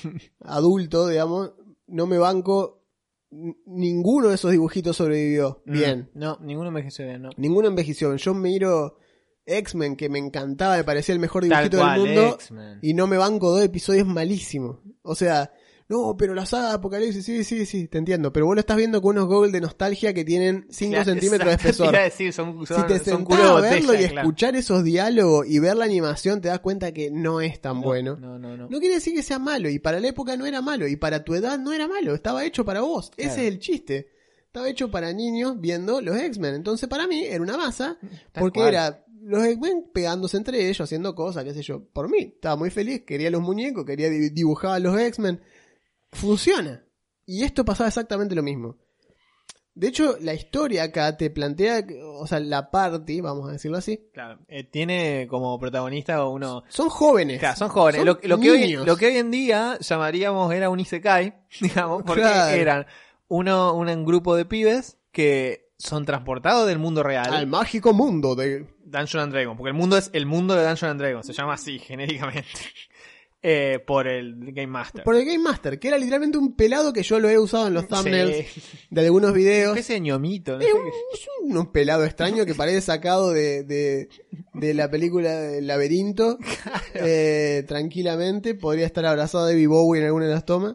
adulto, digamos, no me banco. n- Ninguno de esos dibujitos sobrevivió Mm, bien. No, ninguno envejeció bien, no. Ninguno envejeció bien. Yo miro X-Men, que me encantaba, me parecía el mejor Tal dibujito cual, del mundo. X-Men. Y no me banco dos episodios malísimos. O sea, no, pero la saga de Apocalipsis, sí, sí, sí, te entiendo. Pero vos lo estás viendo con unos goggles de nostalgia que tienen cinco Claro, centímetros de exacto, te espesor. iba a decir, son, son, Si te son sentás culo de a botella, verlo y claro. escuchar esos diálogos y ver la animación, te das cuenta que no es tan No, bueno. No, no, no. No quiere decir que sea malo, y para la época no era malo, y para tu edad no era malo, estaba hecho para vos. Claro. Ese es el chiste. Estaba hecho para niños viendo los X-Men. Entonces para mí era una masa, Tal porque cual. era los X-Men pegándose entre ellos, haciendo cosas, qué sé yo. Por mí, estaba muy feliz, quería los muñecos, quería di- dibujar a los X-Men. Funciona. Y esto pasaba exactamente lo mismo. De hecho, la historia acá te plantea, o sea, la party, vamos a decirlo así, Claro, eh, tiene como protagonista uno... son jóvenes. Claro, son jóvenes. Son lo, lo que hoy, niños. lo que hoy en día llamaríamos era un isekai, digamos, porque Claro. eran uno, un grupo de pibes que son transportados del mundo real. Al mágico mundo de... Dungeons and Dragons, porque el mundo es el mundo de Dungeons and Dragons, se llama así genéricamente. Eh, por el Game Master. Por el Game Master, que era literalmente un pelado que yo lo he usado en los thumbnails Sí. de algunos videos. Especie de ñomito, ¿no? Es un, es un- un pelado extraño que parece sacado de, de, de la película El Laberinto. Eh, tranquilamente. Podría estar abrazado de David Bowie en alguna de las tomas.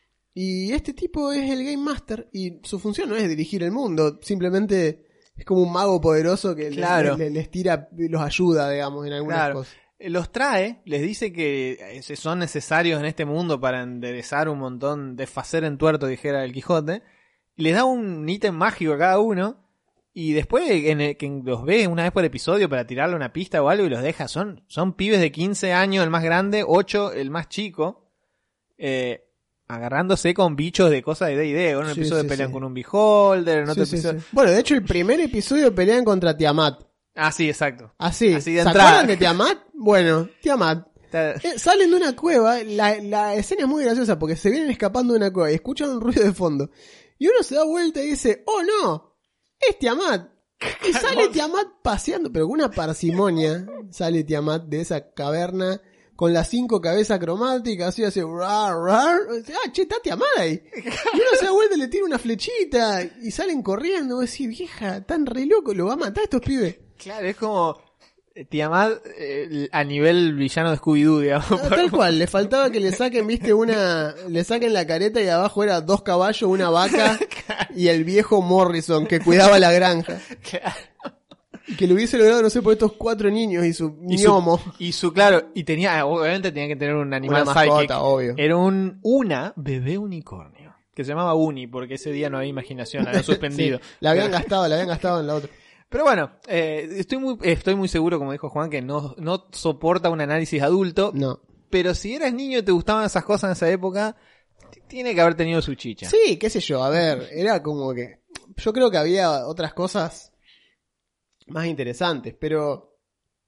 Y este tipo es el Game Master. Y su función no es dirigir el mundo. Simplemente es como un mago poderoso que les- Claro. les, les tira, los ayuda, digamos, en algunas Claro. cosas. Eh, Los trae, les dice que eh, son necesarios en este mundo para enderezar un montón de facer en tuerto, dijera el Quijote. Y les da un ítem mágico a cada uno. Y después en el, que los ve una vez por episodio para tirarle una pista o algo y los deja. Son, son pibes de quince años el más grande, ocho el más chico. eh, agarrándose con bichos de cosas de D and D. En un Sí, episodio sí, pelean sí. con un beholder, en otro Sí, sí, episodio... sí. Bueno, de hecho, el primer episodio pelean contra Tiamat. Ah, sí, exacto. Así. Así de ¿Se entrada. acuerdan de Tiamat? Bueno, Tiamat. Está- Eh, salen de una cueva, la, la escena es muy graciosa porque se vienen escapando de una cueva y escuchan un ruido de fondo. Y uno se da vuelta y dice, ¡oh no! ¡Es Tiamat! Y sale Tiamat paseando, pero con una parsimonia. Sale Tiamat de esa caverna con las cinco cabezas cromáticas, así hace rar, rar. Ah, che, está Tiamat ahí. Y uno se da vuelta y le tira una flechita y salen corriendo. Vos decís, vieja, tan re loco, lo va a matar a estos pibes. Claro, es como eh, Tiamat eh, a nivel villano de Scooby-Doo, digamos. Ah, tal cual, le faltaba que le saquen, viste, una, le saquen la careta y abajo era dos caballos, una vaca y el viejo Morrison que cuidaba la granja. Claro. Y que lo hubiese logrado, no sé, por estos cuatro niños y su Y gnomo. su, y su, claro, y tenía, obviamente tenía que tener un animal Una psychic. mascota, obvio. Era un, una bebé unicornio. Que se llamaba Uni, porque ese día no había imaginación, la habían suspendido. Sí, la habían Pero- gastado, la habían gastado en la otra. Pero bueno, eh, estoy muy, estoy muy seguro, como dijo Juan, que no, no soporta un análisis adulto. No. Pero si eras niño y te gustaban esas cosas en esa época, t- tiene que haber tenido su chicha. Sí, qué sé yo, a ver, era como que... Yo creo que había otras cosas más interesantes, pero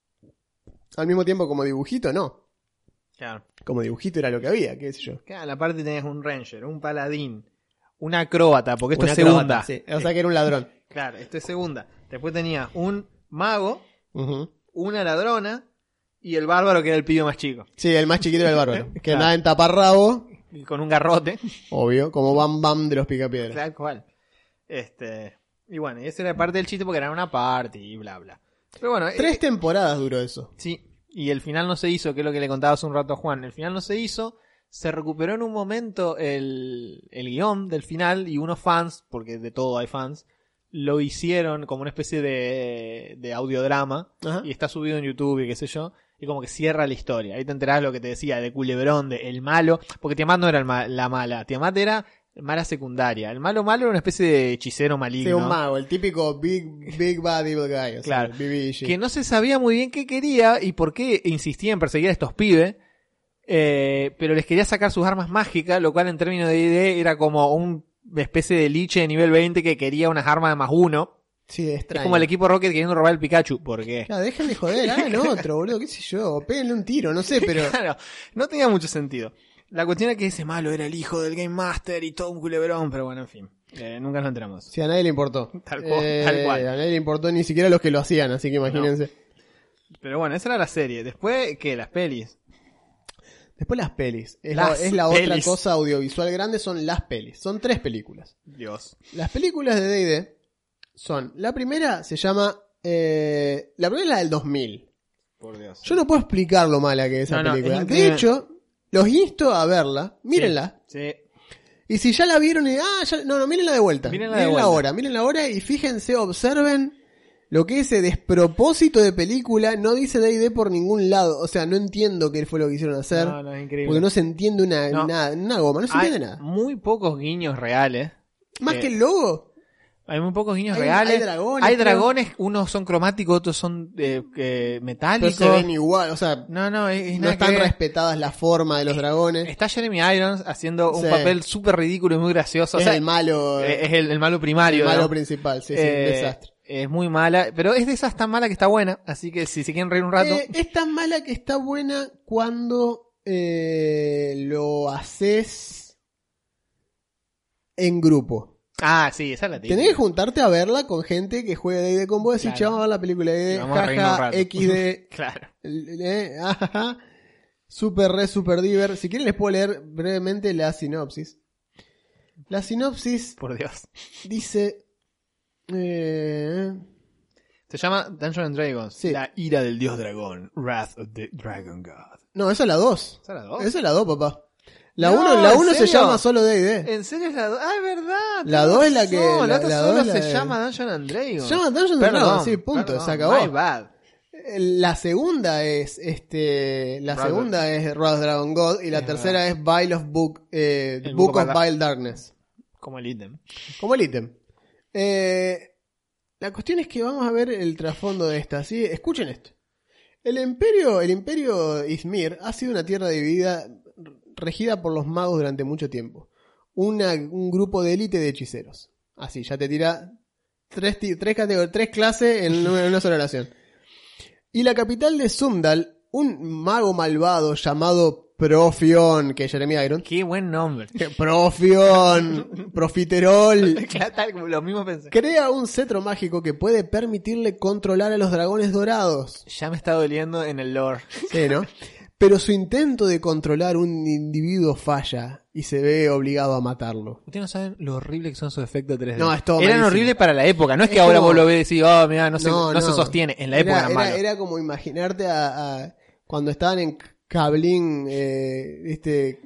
al mismo tiempo como dibujito no. Claro. Como dibujito era lo que había, qué sé yo. Claro, en la parte tenías un ranger, un paladín, un acróbata, porque esto Una es segunda. acróbata, sí. O sea que era un ladrón. Claro, esto es segunda. Después tenías un mago, Ujú. una ladrona y el bárbaro que era el pibe más chico. Sí, el más chiquito era el bárbaro. Que Claro. nada en taparrabo, Y con un garrote. obvio, como Bam Bam de los Picapiedras. Tal cual. Este, y bueno, y esa era parte del chiste porque era una party y bla bla. Pero bueno, Tres eh, temporadas duró eso. sí, y el final no se hizo, que es lo que le contaba hace un rato a Juan. El final no se hizo, se recuperó en un momento el, el guión del final y unos fans, porque de todo hay fans, lo hicieron como una especie de, de audiodrama Ajá. y está subido en YouTube y qué sé yo. Y como que cierra la historia. Ahí te enterás lo que te decía de Culebrón, de el malo. Porque Tiamat no era el ma- la mala. Tiamat era mala secundaria. El malo malo era una especie de hechicero Sí, maligno. un mago, el típico Big, big Bad Evil Guy. O sea, Claro. B B G. Que no se sabía muy bien qué quería y por qué insistía en perseguir a estos pibes. Eh, pero les quería sacar sus armas mágicas, lo cual en términos de D and D era como un- una especie de liche de nivel veinte que quería unas armas de más uno. Sí, es extraño. Es como el equipo Rocket queriendo robar el Pikachu. ¿Por qué? Claro, dejen de joder, hagan otro, boludo, qué sé yo. O péguenle un tiro, no sé, pero... Claro, no tenía mucho sentido. La cuestión era que ese malo era el hijo del Game Master y todo un culebrón, pero bueno, en fin. Eh, nunca nos enteramos. Sí, a nadie le importó. Tal cual, Eh, tal cual. A nadie le importó ni siquiera los que lo hacían, así que imagínense. Pero bueno, esa era la serie. Después, ¿qué? Las pelis. Después las pelis. Es Las la, es la otra pelis. cosa audiovisual grande, son las pelis. Son tres películas. Dios. Las películas de D and D son... La primera se llama... Eh, la primera es la del dos mil. Por Dios. Yo no puedo explicar lo mala que es esa No, no, película. es De increíble. hecho, los insto a verla. Mírenla. Sí. Y si ya la vieron y... Ah, ya, no, no, mírenla de vuelta. Mírenla de mírenla vuelta. ahora, mírenla ahora y fíjense, observen lo que ese despropósito de película no dice D and D por ningún lado. O sea, no entiendo qué fue lo que hicieron hacer. No, no, es increíble. Porque no se entiende una, No. nada, una goma, no se Hay entiende nada. muy pocos guiños reales. Más eh, que el logo, Hay muy pocos guiños Hay- reales. hay dragones, Hay creo. dragones, unos son cromáticos, otros son eh, eh, pero metálicos. se ven igual. O sea, No, no, es, es no nada están que ver. respetadas la forma de los dragones. Está Jeremy Irons haciendo un Sí. papel súper ridículo y muy gracioso. Es O sea, el malo, eh, es el, el malo primario. el malo ¿no? principal, sí, sí, Eh, un desastre. Es muy mala, pero es de esas tan mala que está buena. Así que si se quieren reír un rato. Eh, es tan mala que está buena cuando eh, lo haces en grupo. Ah, sí, esa es la típica. Tenés que juntarte a verla con gente que juegue D and D con vos y decir, Claro. che, vamos a ver la película de Y D and D, vamos a reírnos un jaja, rato. equis de, Claro. eh, ajaja, super re, super diver. Si quieren les puedo leer brevemente la sinopsis. La sinopsis Por Dios. dice... Eh, Se llama Dungeons and Dragons. Sí. La ira del dios dragón. Wrath of the Dragon God. no, esa es la dos. ¿Esa es la dos? Esa es la dos, papá. La No, uno la ¿en uno se serio? llama solo D and D. ¿En serio es la dos? Ah, es verdad. La tenés dos es la que- razón, la- La otra la solo dos es la se de- llama Dungeons and Dragons. Se llama Dungeons and Perdón, Dragons, sí, punto, perdón, se acabó. My bad. La segunda es este la Wrath segunda es Wrath of Dragon God y la Es tercera es Vial of Book eh, El Book Book of of Vile Darkness, Como el ítem. como el ítem. Eh, la cuestión es que vamos a ver el trasfondo de esta, ¿sí? Escuchen esto. El imperio, el imperio Izmir ha sido una tierra dividida regida por los magos durante mucho tiempo. Una, un grupo de élite de hechiceros. Así, ya te tira tres, tres, categor- tres clases en una, en una sola oración. Y la capital de Sundal, un mago malvado llamado Profion, que es Jeremy Irons. Qué buen nombre. Profion, Profiterol. Tal como lo mismo pensé. Crea un cetro mágico que puede permitirle controlar a los dragones dorados. Ya me está doliendo en el lore. Sí, ¿no? Pero su intento de controlar un individuo falla y se ve obligado a matarlo. Ustedes no saben lo horrible que son sus efectos tres D. No, es todo Eran malísimo. horribles para la época. No es que Es ahora como- vos lo ves y decís, oh, mira, no, se, No, no, no. se sostiene. En la Era- época era, era, malo. era como imaginarte a, a cuando estaban en Cablín, eh, este,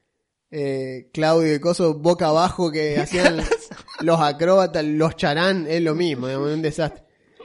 eh, Claudio y Coso, boca abajo, que hacían los acróbatas, los charán, es lo mismo, digamos, un desastre.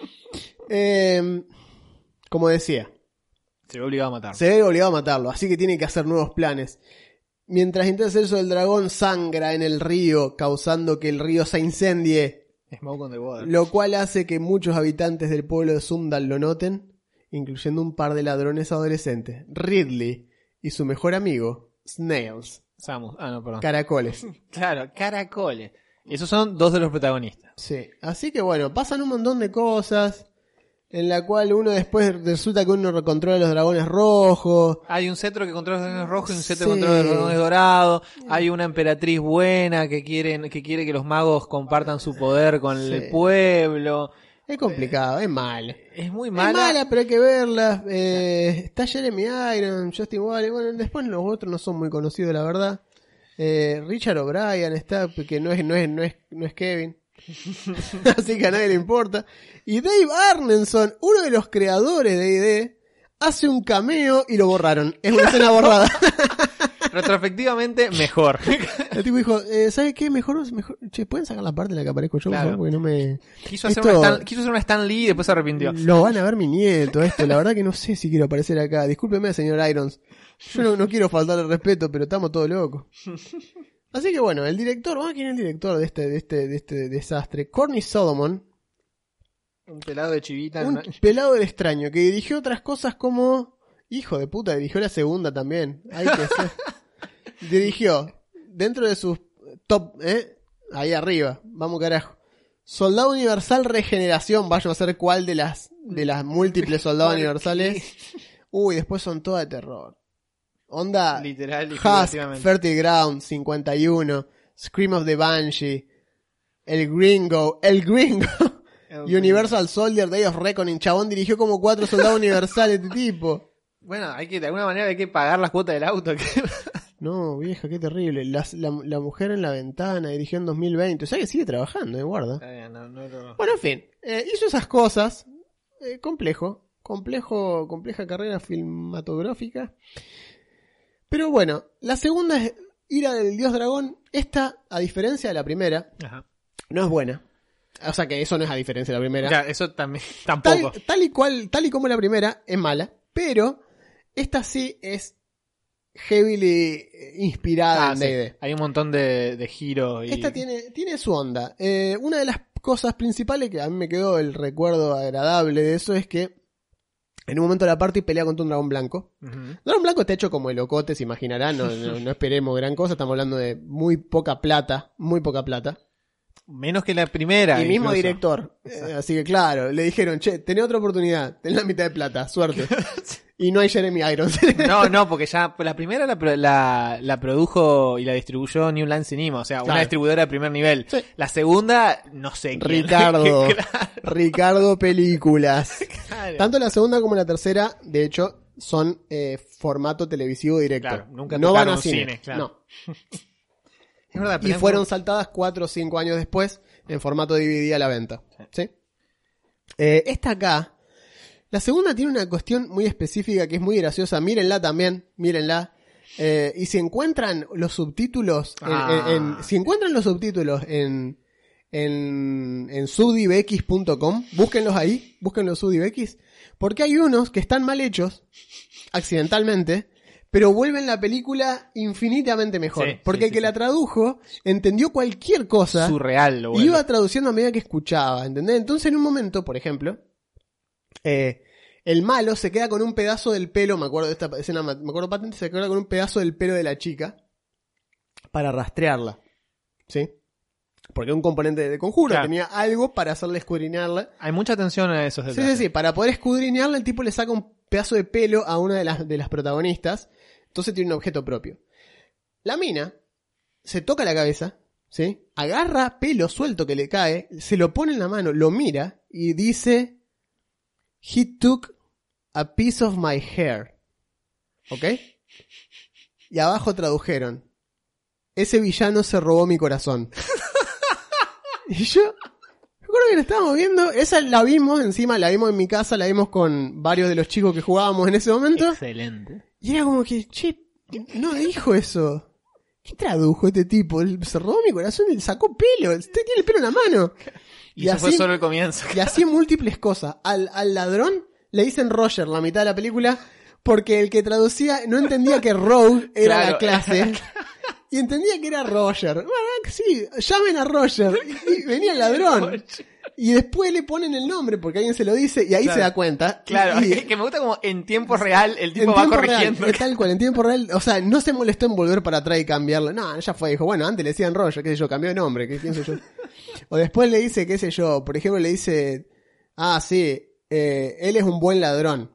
Eh, como decía, Se ve obligado a matar. se ve obligado a matarlo, así que tiene que hacer nuevos planes. Mientras intenta hacer eso, el dragón sangra en el río, causando que el río se incendie, Smoke on the water. lo cual hace que muchos habitantes del pueblo de Sundal lo noten, incluyendo un par de ladrones adolescentes, Ridley y su mejor amigo, Snails, Samus. Ah, no, perdón. caracoles. Claro, caracoles. Esos son dos de los protagonistas. Sí, así que bueno, pasan un montón de cosas, en la cual uno después resulta que uno controla los dragones rojos. Hay un cetro que controla los dragones rojos y un cetro Sí. que controla los dragones dorados. Hay una emperatriz buena que quiere, que quiere que los magos compartan su poder con Sí. el pueblo. Es complicado, es mala. Es muy Es mala. mala, pero hay que verla. Eh, está Jeremy Irons, Justin Whaley. Bueno, después los otros no son muy conocidos, la verdad. Eh, Richard O'Brien está, que no es, no es, no es, no es Kevin. Así que a nadie le importa. Y Dave Arneson, uno de los creadores de I D, hace un cameo y lo borraron. Es una escena borrada. Retrospectivamente, mejor. El tipo dijo, eh, ¿sabes qué? Mejor, mejor, che, ¿pueden sacar la parte en la que aparezco yo? Claro. Por favor? Porque no me... Quiso hacer, Esto- una Stan, quiso hacer una Stan Lee y después se arrepintió. Lo van a ver mi nieto esto. La verdad que no sé si quiero aparecer acá. Discúlpeme, señor Irons. Yo no, no quiero faltarle respeto, pero estamos todos locos. Así que bueno, el director, vamos a quién es el director de este, de este, de este desastre. Courtney Solomon, Un pelado de chivita. un ¿no? pelado del extraño, que dirigió otras cosas como... Hijo de puta, dirigió la segunda también. Hay que ser. Dirigió, dentro de sus top, ¿eh? Ahí arriba, vamos carajo. Soldado Universal Regeneración, vaya a ser cuál de las, de las múltiples soldados universales. Uy, después son todas de terror. Onda, Literal y Husk, figurativamente. Fertile Ground, cincuenta y uno, Scream of the Banshee, El Gringo, El Gringo, Universal Soldier, Day of Reckoning. Chabón dirigió como cuatro soldados universales de tipo. Bueno, hay que, de alguna manera hay que pagar las cuotas del auto. No, vieja, qué terrible. Las- la, la mujer en la ventana dirigió en dos mil veinte. O sea que sigue trabajando, eh, guarda. Eh, no, no lo- Bueno, en fin, eh, hizo esas cosas. Eh, complejo, complejo, compleja carrera filmatográfica. Pero bueno, la segunda es Ira del Dios Dragón. Esta, a diferencia de la primera, Ajá. no es buena. O sea que eso no es a diferencia de la primera. Ya, eso también, Tal, tampoco. tal y cual, tal y como la primera, es mala. Pero esta sí es heavily inspirada Ah, en sí. D and D. Hay un montón de, de giros. Y... Esta tiene, tiene su onda. Eh, una de las cosas principales que a mí me quedó el recuerdo agradable de eso es que en un momento de la party pelea contra un dragón blanco. Ujú. El dragón blanco está hecho como elocote, se imaginarán. No, no, no esperemos gran cosa. Estamos hablando de muy poca plata. Muy poca plata. Menos que la primera. Y mismo incluso. director. Eh, así que claro, le dijeron, che, tenés otra oportunidad. Tenés la mitad de plata. Suerte. Y no hay Jeremy Irons. No, no, porque ya la primera la, pro- la, la produjo y la distribuyó New Line Cinema, o sea, una Claro. distribuidora de primer nivel. Sí. La segunda, no sé quién. Ricardo. Claro, Ricardo Películas. claro. Tanto la segunda como la tercera, de hecho, son eh, formato televisivo directo. Claro, nunca no van tocaron a cine. cine, claro. No. Es verdad, Y pero fueron saltadas cuatro o cinco años después en formato D V D a la venta. ¿Sí? Eh, esta acá, la segunda tiene una cuestión muy específica que es muy graciosa. Mírenla también, mírenla. Eh, y si encuentran los subtítulos, en- Ah. en- en- si encuentran los subtítulos en en, en sudivx punto com, búsquenlos ahí, búsquenlos sudivx, porque hay unos que están mal hechos, accidentalmente, pero vuelven la película infinitamente mejor. Sí, porque sí, el sí, que sí. la tradujo entendió cualquier cosa surreal lo y vuelve. iba traduciendo a medida que escuchaba, ¿entendés? Entonces en un momento, por ejemplo, eh, El malo se queda con un pedazo del pelo, me acuerdo de esta escena, me acuerdo patente, se queda con un pedazo del pelo de la chica para rastrearla, ¿sí? Porque un componente de Conjuro Claro. tenía algo para hacerle escudriñarla. Hay mucha atención a esos Sí, detalles. sí, sí, para poder escudriñarla el tipo le saca un pedazo de pelo a una de las, de las protagonistas, entonces tiene un objeto propio. La mina se toca la cabeza, ¿sí? Agarra pelo suelto que le cae, se lo pone en la mano, lo mira y dice: He took a piece of my hair. ¿Ok? Y abajo tradujeron: ese villano se robó mi corazón. Y yo, me acuerdo que la estábamos viendo, esa la vimos encima, la vimos en mi casa, la vimos con varios de los chicos que jugábamos en ese momento. Excelente. Y era como que, che, no dijo eso. ¿Qué tradujo este tipo? Él se robó mi corazón y le sacó pelo. Usted tiene el pelo en la mano. Y, y eso así, fue solo el comienzo. Y así múltiples cosas. Al, al ladrón le dicen Roger la mitad de la película porque el que traducía no entendía que Rogue era Claro. la clase. Y entendía que era Roger. Bueno, sí, llamen a Roger. Y, y venía el ladrón. Y después le ponen el nombre porque alguien se lo dice y ahí Claro. se da cuenta. Claro, Y- es que me gusta como en tiempo real el tipo en va tiempo corrigiendo. real, es tal cual, en tiempo real, o sea, no se molestó en volver para atrás y cambiarlo. No, ya fue, dijo, bueno, antes le decían Roger, qué sé yo, cambió de nombre, qué pienso yo. O después le dice, qué sé yo, por ejemplo, le dice, ah, sí, eh, él es un buen ladrón.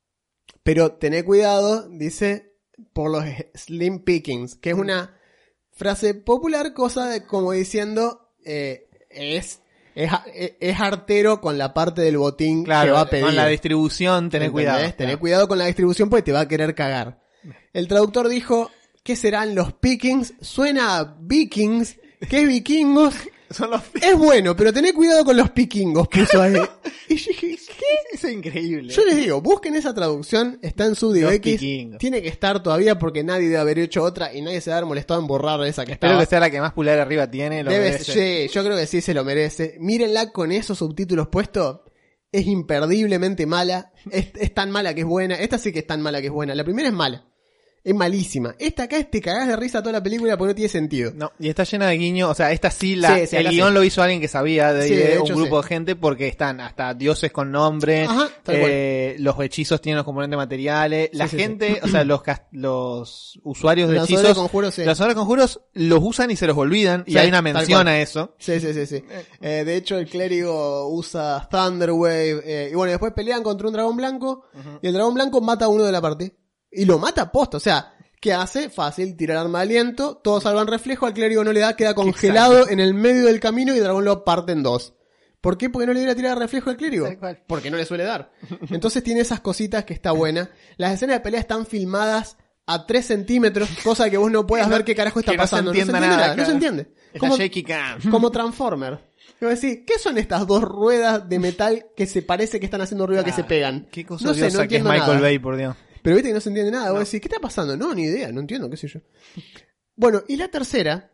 Pero tené cuidado, dice, por los slim pickings, que es una frase popular, cosa de como diciendo, eh, es... Es, es artero con la parte del botín Claro, que va a pedir. con la distribución, tené ¿Entendés? cuidado. Tené Claro. cuidado con la distribución porque te va a querer cagar. El traductor dijo, ¿qué serán los pickings? Suena a vikings. ¿Qué es vikingos? Son los... Es bueno, pero tené cuidado con los pikingos, puso ahí. Y yo dije, ¿qué? Es increíble. Yo les digo, busquen esa traducción, está en Subdio Los X. pikingos. Tiene que estar todavía porque nadie debe haber hecho otra y nadie se debe haber molestado en borrar esa que Espero estaba. que sea la que más pulgar arriba tiene. Lo Debe merece. ser, sí, yo creo que sí se lo merece. Mírenla con esos subtítulos puestos. Es imperdiblemente mala. Es, es tan mala que es buena. Esta sí que es tan mala que es buena. La primera es mala. Es malísima. Esta acá es te cagás de risa toda la película porque no tiene sentido. No, y está llena de guiños. O sea, esta sí, la, Sí, sí, el acá guión sí. lo hizo alguien que sabía de, Sí, de de un hecho, grupo sí. de gente porque están hasta dioses con nombre. Ajá, tal eh, los hechizos tienen los componentes materiales. La Sí, sí, gente, o sea, los, cas- los usuarios de Los lanzadores hechizos, de conjuros, sí. los lanzadores de conjuros los usan y se los olvidan. Y Sí, hay una tal mención cual. a eso. Sí, sí, sí, sí. Eh, de hecho, el clérigo usa Thunderwave. Eh, y bueno, después pelean contra un dragón blanco. Y el dragón blanco mata a uno de la parte. Y lo mata a posta. O sea, ¿qué hace? Fácil, tira el arma de aliento. Todos salvan reflejo. Al clérigo no le da, queda congelado en el medio del camino y el dragón lo parte en dos. ¿Por qué? Porque no le dio la tirada de reflejo al clérigo. Tal cual. Porque no le suele dar. Entonces tiene esas cositas que está buena. Las escenas de pelea están filmadas a tres centímetros, cosa que vos no puedas Que no- ver qué carajo está que no se pasando. entienda entiende nada, No claro. se entiende. Es Como, la shaky cam. como Transformer. Te voy a decir, ¿qué son estas dos ruedas de metal que se parece que están haciendo ruido que se pegan? Qué cosa no sé, odiosa no que es entiendo Michael nada. Bay, por Dios. Pero viste que no se entiende nada. Vos decís, ¿qué está pasando? No, ni idea, no entiendo, qué sé yo. Bueno, y la tercera.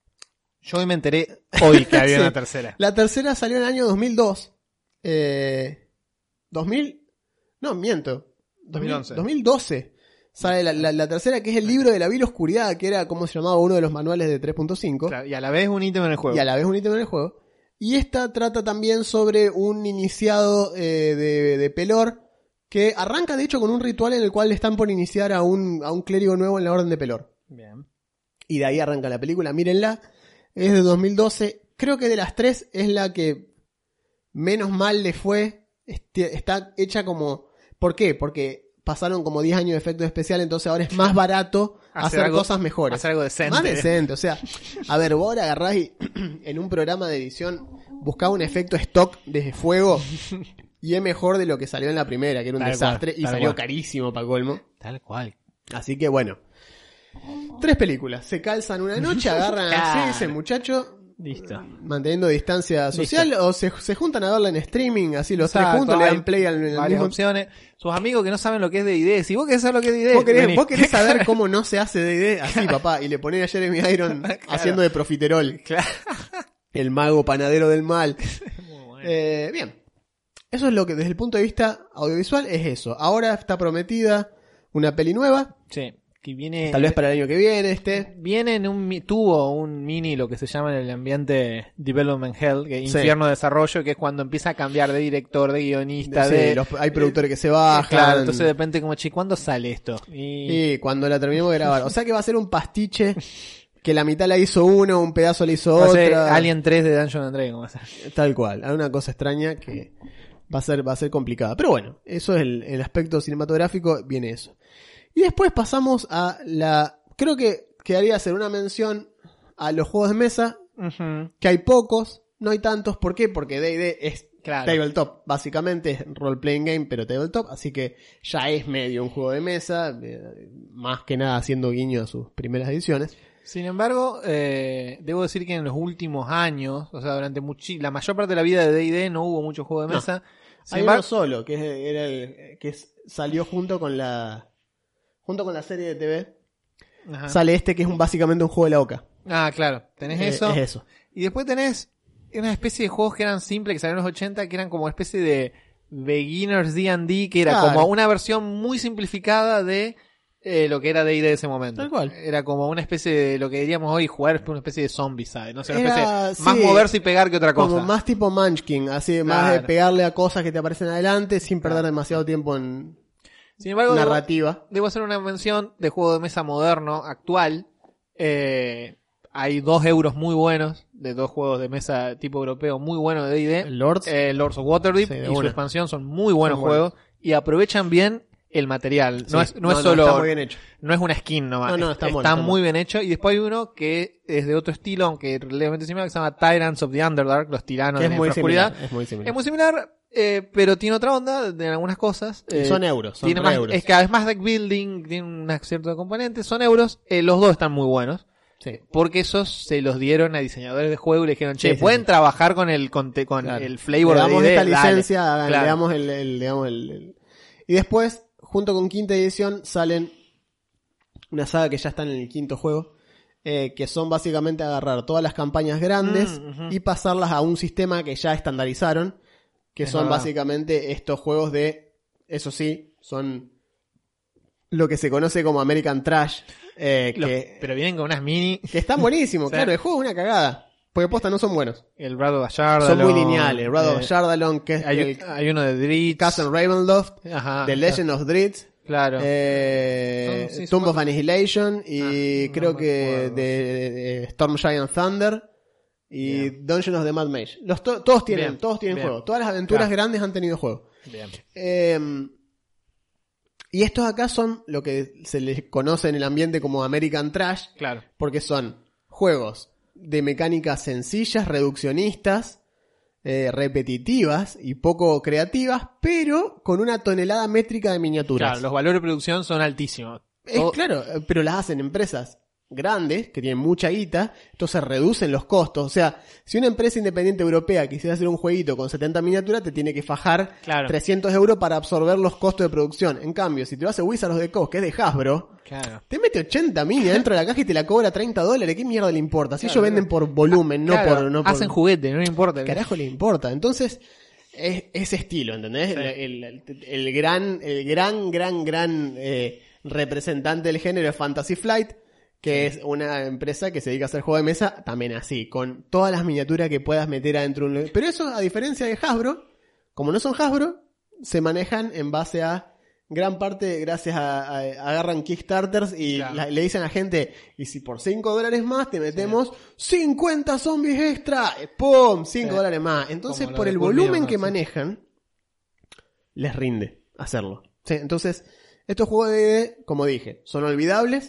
Yo hoy me enteré hoy que había Sí. una tercera. La tercera salió en el año dos mil dos. Eh, ¿dos mil? No, miento. dos mil once. dos mil doce. Sale la, la, la tercera, que es el libro de la vil oscuridad, que era como se llamaba uno de los manuales de tres punto cinco. Claro, y a la vez un ítem en el juego. Y a la vez un ítem en el juego. Y esta trata también sobre un iniciado eh, de, de Pelor, que arranca de hecho con un ritual en el cual le están por iniciar a un, a un clérigo nuevo en la Orden de Pelor. Bien. Y de ahí arranca la película, mírenla. Es de dos mil doce. Creo que de las tres es la que menos mal le fue. Este- Está hecha como... ¿Por qué? Porque pasaron como diez años de efectos especiales, entonces ahora es más barato Hacer hacer algo- cosas mejores. Hacer algo decente. Más decente, o sea, a ver, vos ahora agarrás y en un programa de edición buscaba un efecto stock de fuego y es mejor de lo que salió en la primera, que era un Tal desastre cual, y tal salió cual. carísimo para colmo. Tal cual. Así que bueno, tres películas, se calzan una noche, agarran así Claro. ese muchacho Listo. manteniendo distancia social o se, se juntan a verla en streaming, así los Exacto, tres juntos, le hay dan play al, al Varias mismo opciones. Sus amigos que no saben lo que es D y D. Si vos querés saber lo que es D y D, ¿Vos querés, vení. vos querés saber cómo no se hace D y D? Así, papá. Y le ponés a Jeremy Iron haciendo de profiterol. Claro. El mago panadero del mal. Muy bueno. Eh, bien. Eso es lo que desde el punto de vista audiovisual es eso. Ahora está prometida una peli nueva. Sí. que viene... Tal vez para el año que viene este. Viene en un... mi- Tuvo un mini, lo que se llama en el ambiente Development Hell, que es Sí. infierno de desarrollo, que es cuando empieza a cambiar de director, de guionista, Sí, de... los- hay productores que se bajan. Claro, entonces de repente como, che, ¿cuándo sale esto? Y... Y cuando la terminemos de grabar. O sea que va a ser un pastiche que la mitad la hizo uno, un pedazo la hizo Va a ser otra. Alien tres de Dungeons and Dragons. Va a ser. Tal cual. Hay una cosa extraña que va a ser, va a ser complicada. Pero bueno, eso es el, el aspecto cinematográfico, viene eso. Y después pasamos a la... Creo que quedaría hacer una mención a los juegos de mesa, Ujú. que hay pocos, no hay tantos. ¿Por qué? Porque D and D es Claro. tabletop. Básicamente es role-playing game, pero tabletop. Así que ya es medio un juego de mesa. eh, Más que nada haciendo guiño a sus primeras ediciones. Sin embargo, eh, debo decir que en los últimos años, o sea, durante muchi- la mayor parte de la vida de D and D no hubo muchos juegos de No. mesa. Sin Hay embargo, uno solo, que es, era el, que es- salió junto con la junto con la serie de T V. Ajá. Sale este que es un, básicamente un juego de la oca. Ah, claro, tenés Eh, eso. Es eso. Y después tenés una especie de juegos que eran simples, que salieron en los ochenta, que eran como especie de Beginners D and D, que era Claro. como una versión muy simplificada de eh, lo que era D and D de ese momento. Tal cual. Era como una especie de lo que diríamos hoy jugar, una especie de zombie, ¿sabes? No sé, una Era, especie de más sí, moverse y pegar que otra cosa. Como más tipo Munchkin, así más de Claro. pegarle a cosas que te aparecen adelante sin perder Claro. demasiado tiempo en Sin embargo, debo, narrativa. debo hacer una mención de juego de mesa moderno, actual. Eh, hay dos euros muy buenos, de dos juegos de mesa tipo europeo muy buenos de D and D. El Lords. Eh, Lords of Waterdeep Sí, de y su una. expansión son muy buenos Son juegos y aprovechan bien el material. No Sí. es, no es No, solo, está muy bien hecho. no es una skin nomás. No, no, Es- está bueno, está muy bueno. bien hecho. Y después hay uno que es de otro estilo, aunque levemente similar, que se llama Tyrants of the Underdark, los tiranos Que de es la muy oscuridad. similar. Es muy similar. Es muy similar, eh, pero tiene otra onda de algunas cosas. Y Eh, son euros, son tiene re más, euros. es cada vez más deck building, tiene un cierto componente, son euros, eh, los dos están muy buenos. Sí. Porque esos se los dieron a diseñadores de juego y le dijeron, che, Sí, sí, pueden sí. trabajar con el con, te- con Claro. el flavor le de damos D and D, esta dale. licencia, hagan- Claro. le damos el, el- le damos el- el- Y después, junto con quinta edición, salen una saga que ya está en el quinto juego, eh, que son básicamente agarrar todas las campañas grandes Mm, ujú. y pasarlas a un sistema que ya estandarizaron, que Es son verdad. básicamente estos juegos de, eso sí, son lo que se conoce como American Trash, eh, Los- que, pero vienen con unas mini, que están buenísimos, Sí. claro, el juego es una cagada, porque posta no son buenos. el Brad of Shardalon. Son muy lineales. Wrath of eh, Shardalon, que es hay, el hay uno de Dritz. Castle Ravenloft, Ajá. The Legend of Dritz, Claro. eh, Son- sí, son Tomb of cuatro. Annihilation y Ah, no creo me que acuerdo. de, de- de Storm Giant Thunder y Bien. Dungeon of the Mad Mage. Los to- todos tienen, Bien, todos tienen bien. juego. Todas las aventuras Claro. grandes han tenido juego. Bien. Eh, y estos acá son lo que se les conoce en el ambiente como American Trash, Claro. porque son juegos de mecánicas sencillas, reduccionistas, eh, repetitivas y poco creativas, pero con una tonelada métrica de miniaturas. Claro, los valores de producción son altísimos. Es Todo- claro, eh, pero las hacen empresas grandes, que tienen mucha guita, entonces reducen los costos. O sea, si una empresa independiente europea quisiera hacer un jueguito con setenta miniaturas, te tiene que fajar Claro. trescientos euros para absorber los costos de producción. En cambio, si te vas a Wizards of the Coast, que es de Hasbro, Claro. te mete ochenta mini dentro de la caja y te la cobra treinta dólares. ¿Qué mierda le importa? Si Claro, ellos venden por volumen, no Claro, por... No por hacen juguete, no le importa. ¿Qué carajo le importa? Entonces, es ese estilo, ¿entendés? Sí. El, el- el gran, el gran, gran, gran eh, representante del género es Fantasy Flight, que es una empresa que se dedica a hacer juego de mesa, también así, con todas las miniaturas que puedas meter adentro. de un- Pero eso, a diferencia de Hasbro, como no son Hasbro, se manejan en base a gran parte gracias a, a- agarran Kickstarters y Claro. la- le dicen a gente, y si por cinco dólares más te metemos cincuenta zombies extra, eh, ¡pum! cinco Sí. dólares más. Entonces, Como lo por de el Cool volumen Minion, que ¿no? Sí. manejan, les rinde hacerlo. Sí, entonces, estos juegos de D and D, como dije, son olvidables.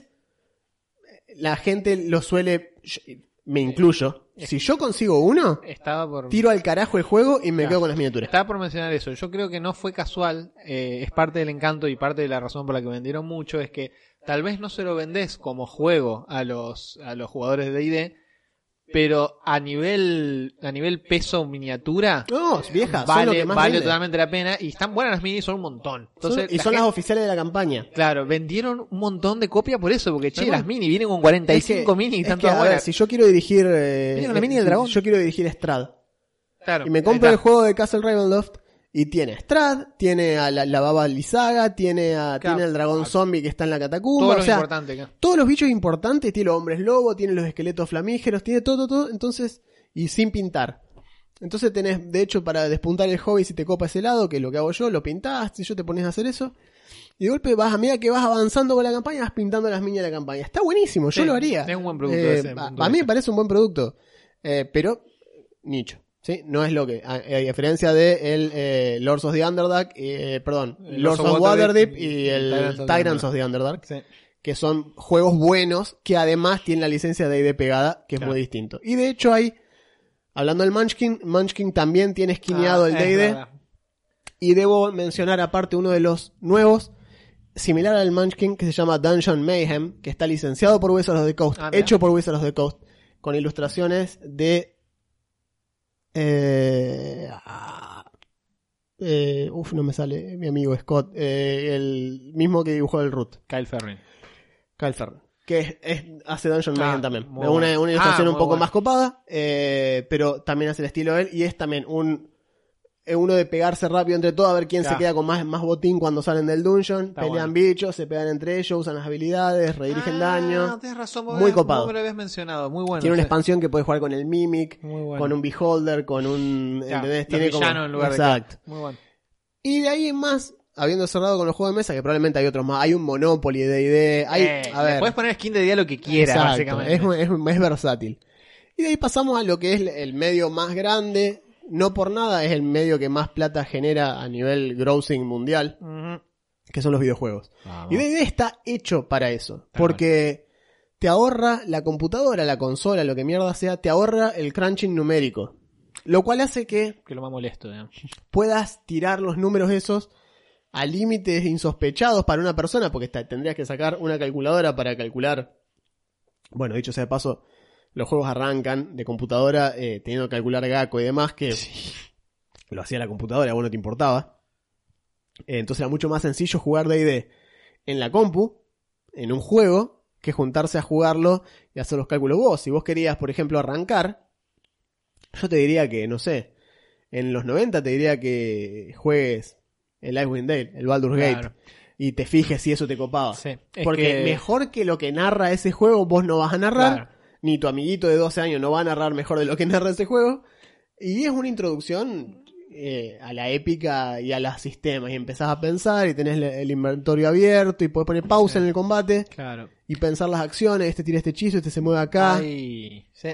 La gente lo suele, yo- me incluyo, si yo consigo uno, Estaba por... tiro al carajo el juego y me Claro. quedo con las miniaturas. Estaba por mencionar eso. Yo creo que no fue casual. eh, es parte del encanto y parte de la razón por la que vendieron mucho. Es que tal vez no se lo vendés como juego a los, a los jugadores de D and D. Pero a nivel, a nivel peso miniatura. No, vieja, son lo vale, que más vale vende. totalmente la pena. Y están buenas las minis, son un montón. Entonces, Son- y la son las gente- oficiales de la campaña. Claro, vendieron un montón de copias por eso. Porque, che, Tal cual. las mini vienen con cuarenta y cinco Es que- minis y es están que, todas a ver, buenas. si yo quiero dirigir eh, Viene con la mini eh, del si dragón. yo quiero dirigir Strad Claro, y me ahí compro está. el juego de Castle Ravenloft Y tiene a Strahd, tiene a la, la Baba Lysaga, tiene a Claro. tiene al dragón zombie que está en la catacumba. Todo o lo sea, importante acá. todos los bichos importantes, tiene los hombres lobo, tiene los esqueletos flamígeros, tiene todo, todo, todo. Entonces, y sin pintar. Entonces tenés, de hecho, para despuntar el hobby, si te copa ese lado, que es lo que hago yo, lo pintás, si yo te pones a hacer eso. Y de golpe vas, a medida que vas avanzando con la campaña, vas pintando las minas de la campaña. Está buenísimo, yo Sí, lo haría. es un buen producto Eh, ese, a, punto a de mí me vista. parece un buen producto. Eh, pero, nicho. ¿Sí? No es lo que, a, a diferencia de el eh, Lords of the Underdark, eh, perdón, El Lords of Waterdeep y el Tyrants of the Tyrants of the Underdark, Sí. que son juegos buenos que además tienen la licencia de D and D pegada, que es Claro. muy distinto. Y de hecho hay, hablando del Munchkin, Munchkin también tiene esquineado Ah, el es D and D, verdad. y debo mencionar aparte uno de los nuevos, similar al Munchkin, que se llama Dungeon Mayhem, que está licenciado por Wizards of the Coast, Ah, mira. hecho por Wizards of the Coast, con ilustraciones de... Eh, ah, eh, uf, no me sale mi amigo Scott, eh, el mismo que dibujó el Root, Kyle Ferrin. Kyle Ferrin, que es, es- hace Dungeon Ah, Mayhem también. muy Una, bueno. una ilustración Ah, un muy poco bueno. más copada, eh, pero también hace el estilo de él, y es también un es uno de pegarse rápido entre todos a ver quién Claro. se queda con más, más botín cuando salen del dungeon, Está pelean bueno. bichos, se pegan entre ellos, usan las habilidades, redirigen Ah, daño. tienes razón, Muy muy copado. No me lo habías mencionado, muy bueno. Tiene una sí. expansión que puede jugar con el Mimic, Muy bueno. con un Beholder, con un... Ya, ¿entendés? los Tiene como... villanos en lugar de Exacto. Muy bueno. Y de ahí en más, habiendo cerrado con los juegos de mesa, que probablemente hay otros más, hay un Monopoly de D and D, hay... Eh, a le ver, puedes poner skin de día lo que quieras, exacto, básicamente. es, es, es versátil. Y de ahí pasamos a lo que es el medio más grande, no por nada es el medio que más plata genera a nivel grossing mundial, Ujú. que son los videojuegos. Vamos. Y D and D está hecho para eso, Tal porque te ahorra la computadora, la consola, lo que mierda sea, te ahorra el crunching numérico. Lo cual hace que Que lo más molesto, digamos. puedas tirar los números esos a límites insospechados para una persona, porque está- tendrías que sacar una calculadora para calcular. Bueno, dicho sea de paso, los juegos arrancan de computadora eh, teniendo que calcular Gaco y demás, que lo hacía la computadora, a vos no te importaba. Eh, entonces era mucho más sencillo jugar D and D en la compu, en un juego, que juntarse a jugarlo y hacer los cálculos vos. Si vos querías, por ejemplo, arrancar, yo te diría que, no sé, en los noventa te diría que juegues el Icewind Dale, el Baldur's Claro. Gate, y te fijes si eso te copaba. Sí, es Porque que- mejor que lo que narra ese juego vos no vas a narrar, Claro. ni tu amiguito de doce años no va a narrar mejor de lo que narra ese juego, y es una introducción eh, a la épica y a los sistemas, y empezás a pensar y tenés le- el inventario abierto y podés poner pausa Sí. en el combate Claro. y pensar las acciones, este tira este hechizo, este se mueve acá. Hay, sí.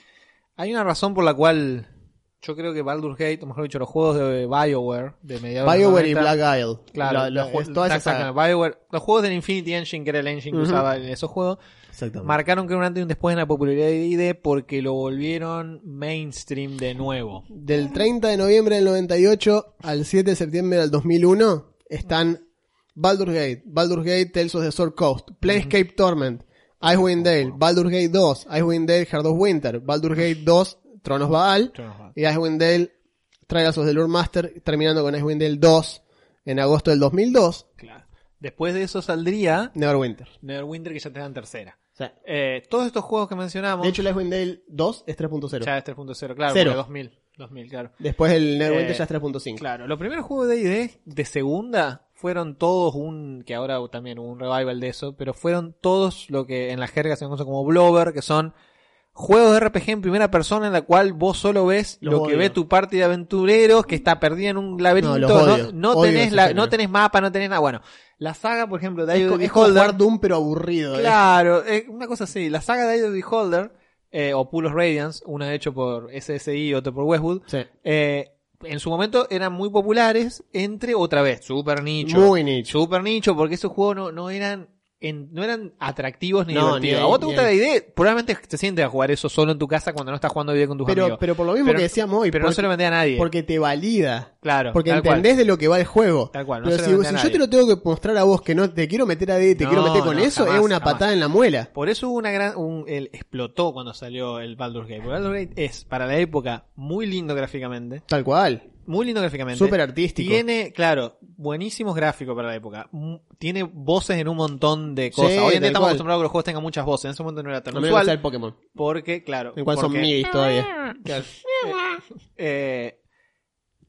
Hay una razón por la cual yo creo que Baldur's Gate, o mejor dicho, los juegos de BioWare, de mediados de los BioWare y noventa, Black Isle. Claro, La- la- los jue- es toda esa exactamente, saga. BioWare, los juegos del Infinity Engine, que era el engine que Ujú. usaba en esos juegos, Exactamente. marcaron que era un antes y un después en la popularidad de D and D porque lo volvieron mainstream de nuevo. Del treinta de noviembre del noventa y ocho al siete de septiembre del dos mil uno están Baldur's Gate, Baldur's Gate Tales of the Sword Coast, Planescape Torment, Icewind Dale, Baldur's Gate dos, Icewind Dale Heart of Winter, Baldur's Gate dos, Tronos Baal, y Icewind Dale Trials of the Lord Master, terminando con Icewind Dale dos en agosto del dos mil dos, Claro. Después de eso saldría Neverwinter. Neverwinter, que ya te dan tercera. O sea, Eh, todos estos juegos que mencionamos, de hecho el Icewind Dale dos es tres punto cero. ya es tres punto cero, claro, Cero. porque dos mil, dos mil, claro. Después el Neverwinter Eh, ya es tres punto cinco. Claro, los primeros juegos de D and D de segunda fueron todos un, que ahora también hubo un revival de eso, pero fueron todos lo que en la jerga se conoce como Blober, que son juegos de R P G en primera persona en la cual vos solo ves Los lo que odio. ve tu party de aventureros que está perdida en un laberinto, No, no, los odio. no Odio tenés ese la, género. no tenés mapa, no tenés nada. Bueno, la saga, por ejemplo, de Es, Eye of co- the es como Beholder, jugar Doom pero aburrido. ¿eh? claro, eh, una cosa así, la saga de Eye of the Beholder, eh, o Pool of Radiance, una de hecho por S S I y otro por Westwood, Sí. eh, en su momento eran muy populares entre, otra vez, super nicho. Muy nicho. Super nicho, porque esos juegos no, no eran en- no eran atractivos ni No, divertidos. ni A vos te ahí, gusta ni la ahí. idea, probablemente te sientes a jugar eso solo en tu casa cuando no estás jugando video con tus Pero, amigos. pero por lo mismo Pero- que decíamos hoy, pero no porque, se lo vendía a nadie. porque te valida. Claro, Porque tal cual. entendés de lo que va el juego. Tal cual, no pero se si, lo vende a si yo nadie. te lo tengo que mostrar a vos que no te quiero meter a D, te No, quiero meter con no, eso, jamás, es una jamás. patada en la muela. Por eso hubo una gran, un, el, explotó cuando salió el Baldur's Gate. Porque Baldur's Gate es, para la época, muy lindo gráficamente. Tal cual. Muy lindo gráficamente. Súper artístico. Tiene, claro, buenísimos gráficos para la época. M- Tiene voces en un montón de cosas. Sí, Hoy en día tal estamos cual. acostumbrados a que los juegos tengan muchas voces. En ese momento no era tan A menos que sea usual. el Pokémon. Porque, claro. En cual son porque- midis todavía. Claro. Eh, eh,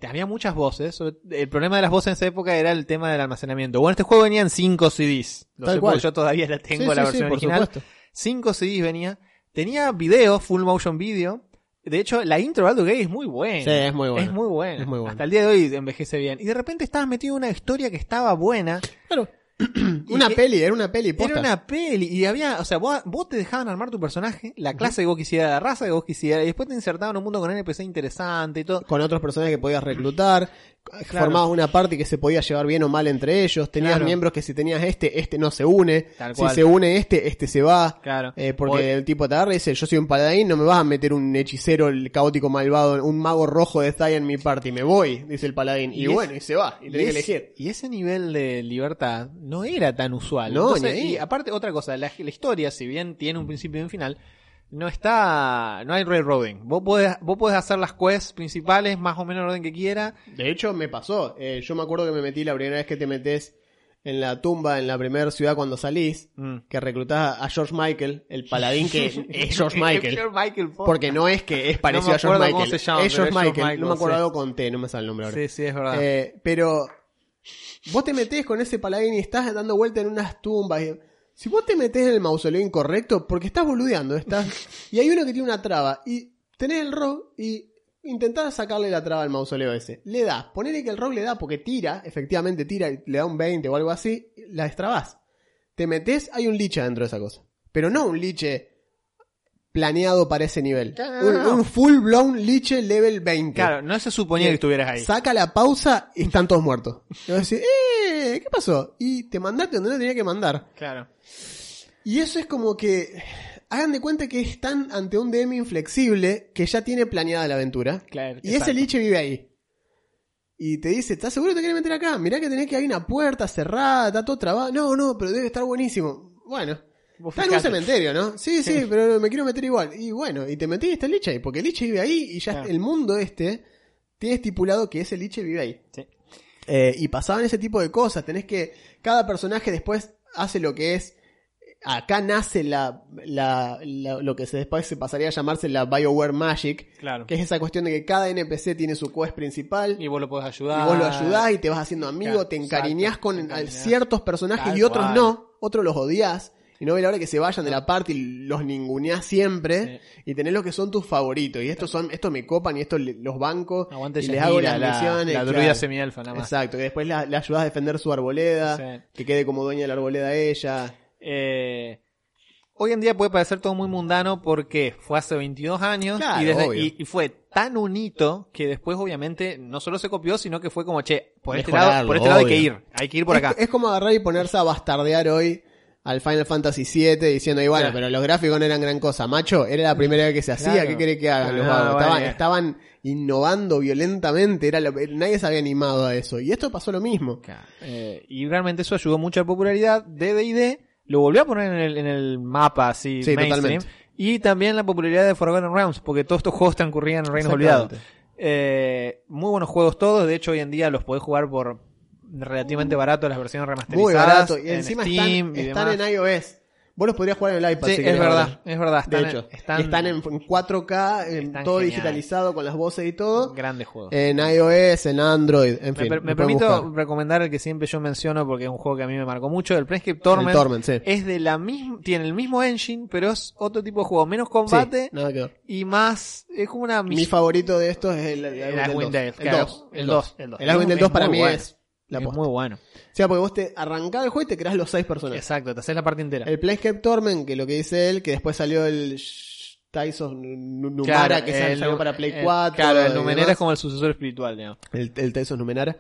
había muchas voces. El problema de las voces en esa época era el tema del almacenamiento. Bueno, este juego venía en cinco C Ds. Lo Tal sé cual. porque yo todavía la tengo, Sí, la sí, versión sí, por original. supuesto. cinco C Ds venía. Tenía video, full motion video. De hecho, la intro de Baldur's Gate es muy buena. Sí, es muy buena. Es muy buena. Es muy buena. Hasta el día de hoy envejece bien. Y de repente estabas metido en una historia que estaba buena. Claro. Una que- peli, era una peli posta. Era una peli y había, o sea, vos, vos te dejaban armar tu personaje, la clase que vos quisieras, la raza que vos quisieras, y después te insertaban en un mundo con N P C interesante y todo. Con otros personajes que podías reclutar, Claro. formabas una party que se podía llevar bien o mal entre ellos, tenías Claro. miembros que si tenías este, este no se une, Tal si cual. se une este, este se va, Claro. eh, porque O- el tipo te agarra y dice, yo soy un paladín, no me vas a meter un hechicero el caótico malvado, un mago rojo de Zaya en mi party, me voy, dice el paladín, y, Y es- bueno, y se va, y tenés y que es- elegir. Y ese nivel de libertad no era tan usual. No, Entonces, ni ahí. y aparte, otra cosa, la, la historia, si bien tiene un principio y un final, no está, no hay railroading. Vos podés, vos podés hacer las quests principales más o menos en el orden que quiera. De hecho, me pasó, eh, yo me acuerdo que me metí la primera vez que te metés en la tumba, en la primera ciudad cuando salís, Mm. que reclutás a George Michael, el paladín que es George Michael. George Michael, posta. Porque no es que es parecido No me a George acuerdo cómo Michael. se llama, es pero George es George Michael. Michael, No me acuerdo sí. algo con T, no me sale el nombre ahora. Sí, sí, es verdad. Eh, pero vos te metés con ese paladín y estás dando vuelta en unas tumbas. Y, si vos te metés en el mausoleo incorrecto, porque estás boludeando, estás y hay uno que tiene una traba y tenés el rogue y intentás sacarle la traba al mausoleo ese. Le das, ponele que el rogue le da porque tira, efectivamente tira y le da un veinte o algo así, la destrabás. Te metés, hay un liche dentro de esa cosa. Pero no un liche planeado para ese nivel. Claro, un, no, no. un full blown liche level veinte. Claro, no se suponía que estuvieras ahí. Saca la pausa y están todos muertos. Y vos decís, eh, ¿qué pasó? Y te mandaste donde no tenía que mandar. Claro. Y eso es como que, hagan de cuenta que están ante un D M inflexible que ya tiene planeada la aventura. Claro, Y exacto. ese liche vive ahí. Y te dice, ¿estás seguro que te quieres meter acá? Mirá que tenés que hay una puerta cerrada, está todo trabado. No, no, pero debe estar buenísimo. Bueno, Vos está en un fijate. cementerio, ¿no? Sí, sí, pero me quiero meter igual. Y bueno, y te metí y está el liche ahí, porque el liche vive ahí y ya Claro. el mundo este tiene estipulado que ese liche vive ahí. Sí. Eh, y pasaban ese tipo de cosas. Tenés que. Cada personaje después hace lo que es. Acá nace la, la, la- lo que se después se pasaría a llamarse la BioWare Magic. Claro. Que es esa cuestión de que cada N P C tiene su quest principal. Y vos lo podés ayudar. Y vos lo ayudás y te vas haciendo amigo, Claro, te encariñás exacto, con te encariñás. ciertos personajes Tal y otros cual. no. Otros los odiás. Y no ve la hora que se vayan de la party, los ninguneás siempre. Y tenés los que son tus favoritos. Y estos son, estos me copan y estos le- los bancos. Aguante y les Yanira, hago las la, misiones. la druida claro. semielfa nada más. Exacto, que después la, la ayudas a defender su arboleda, Sí. que quede como dueña de la arboleda ella. Eh, hoy en día puede parecer todo muy mundano porque fue hace veintidós años Claro, y, desde- obvio. y- y fue tan un hito que después obviamente no solo se copió, sino que fue como, che, por este lado, Mejorarlo, por este lado hay que obvio. ir, hay que ir por es, acá. es como agarrar y ponerse a bastardear hoy al Final Fantasy siete diciendo, y bueno, Claro. pero los gráficos no eran gran cosa. Macho, era la primera vez que se hacía, Claro. ¿qué querés que hagan los No, vagos? bueno, Estaban, ya. estaban innovando violentamente, era lo- nadie se había animado a eso. Y esto pasó lo mismo. Eh, y realmente eso ayudó mucho a la popularidad de D and D, lo volvió a poner en el, en el mapa así Sí, mainstream, totalmente. y también la popularidad de Forgotten Realms, porque todos estos juegos transcurrían en Reinos Olvidados. Exactamente. Eh, muy buenos juegos todos, de hecho hoy en día los podés jugar por relativamente barato las versiones remasterizadas. Muy barato. Y en encima Steam están, y están demás. en iOS. Vos los podrías jugar en el iPad. Sí, si es querés verdad, ahora. es verdad. De Están, hecho, están, y están en en cuatro K, en Están todo geniales. digitalizado con las voces y todo. grandes juegos. En iOS, en Android, en me, fin. per- lo me pueden permito buscar. recomendar el que siempre yo menciono porque es un juego que a mí me marcó mucho, el Planescape Torment. El Torment, sí. Es de la misma, tiene el mismo engine, pero es otro tipo de juego, menos Sí, combate nada que ver. y más, es como una Mi misión. favorito de estos es el, el, El Icewind Icewind Dale. Dale, El claro. dos. El dos, el dos. El Icewind Dale Es dos para muy mí bueno. es la Es posta. muy bueno. O sea, porque vos te arrancás el juego y te creás los seis personajes. Exacto, te haces la parte entera. El Planescape Torment, que lo que dice él, que después salió el Sh- Tyson Nu- Numara, Claro, que sal- el salió Nu- para Play el- cuatro. Claro, el y Numenera demás. es como el sucesor espiritual, digamos. El, el Tyson Numenara.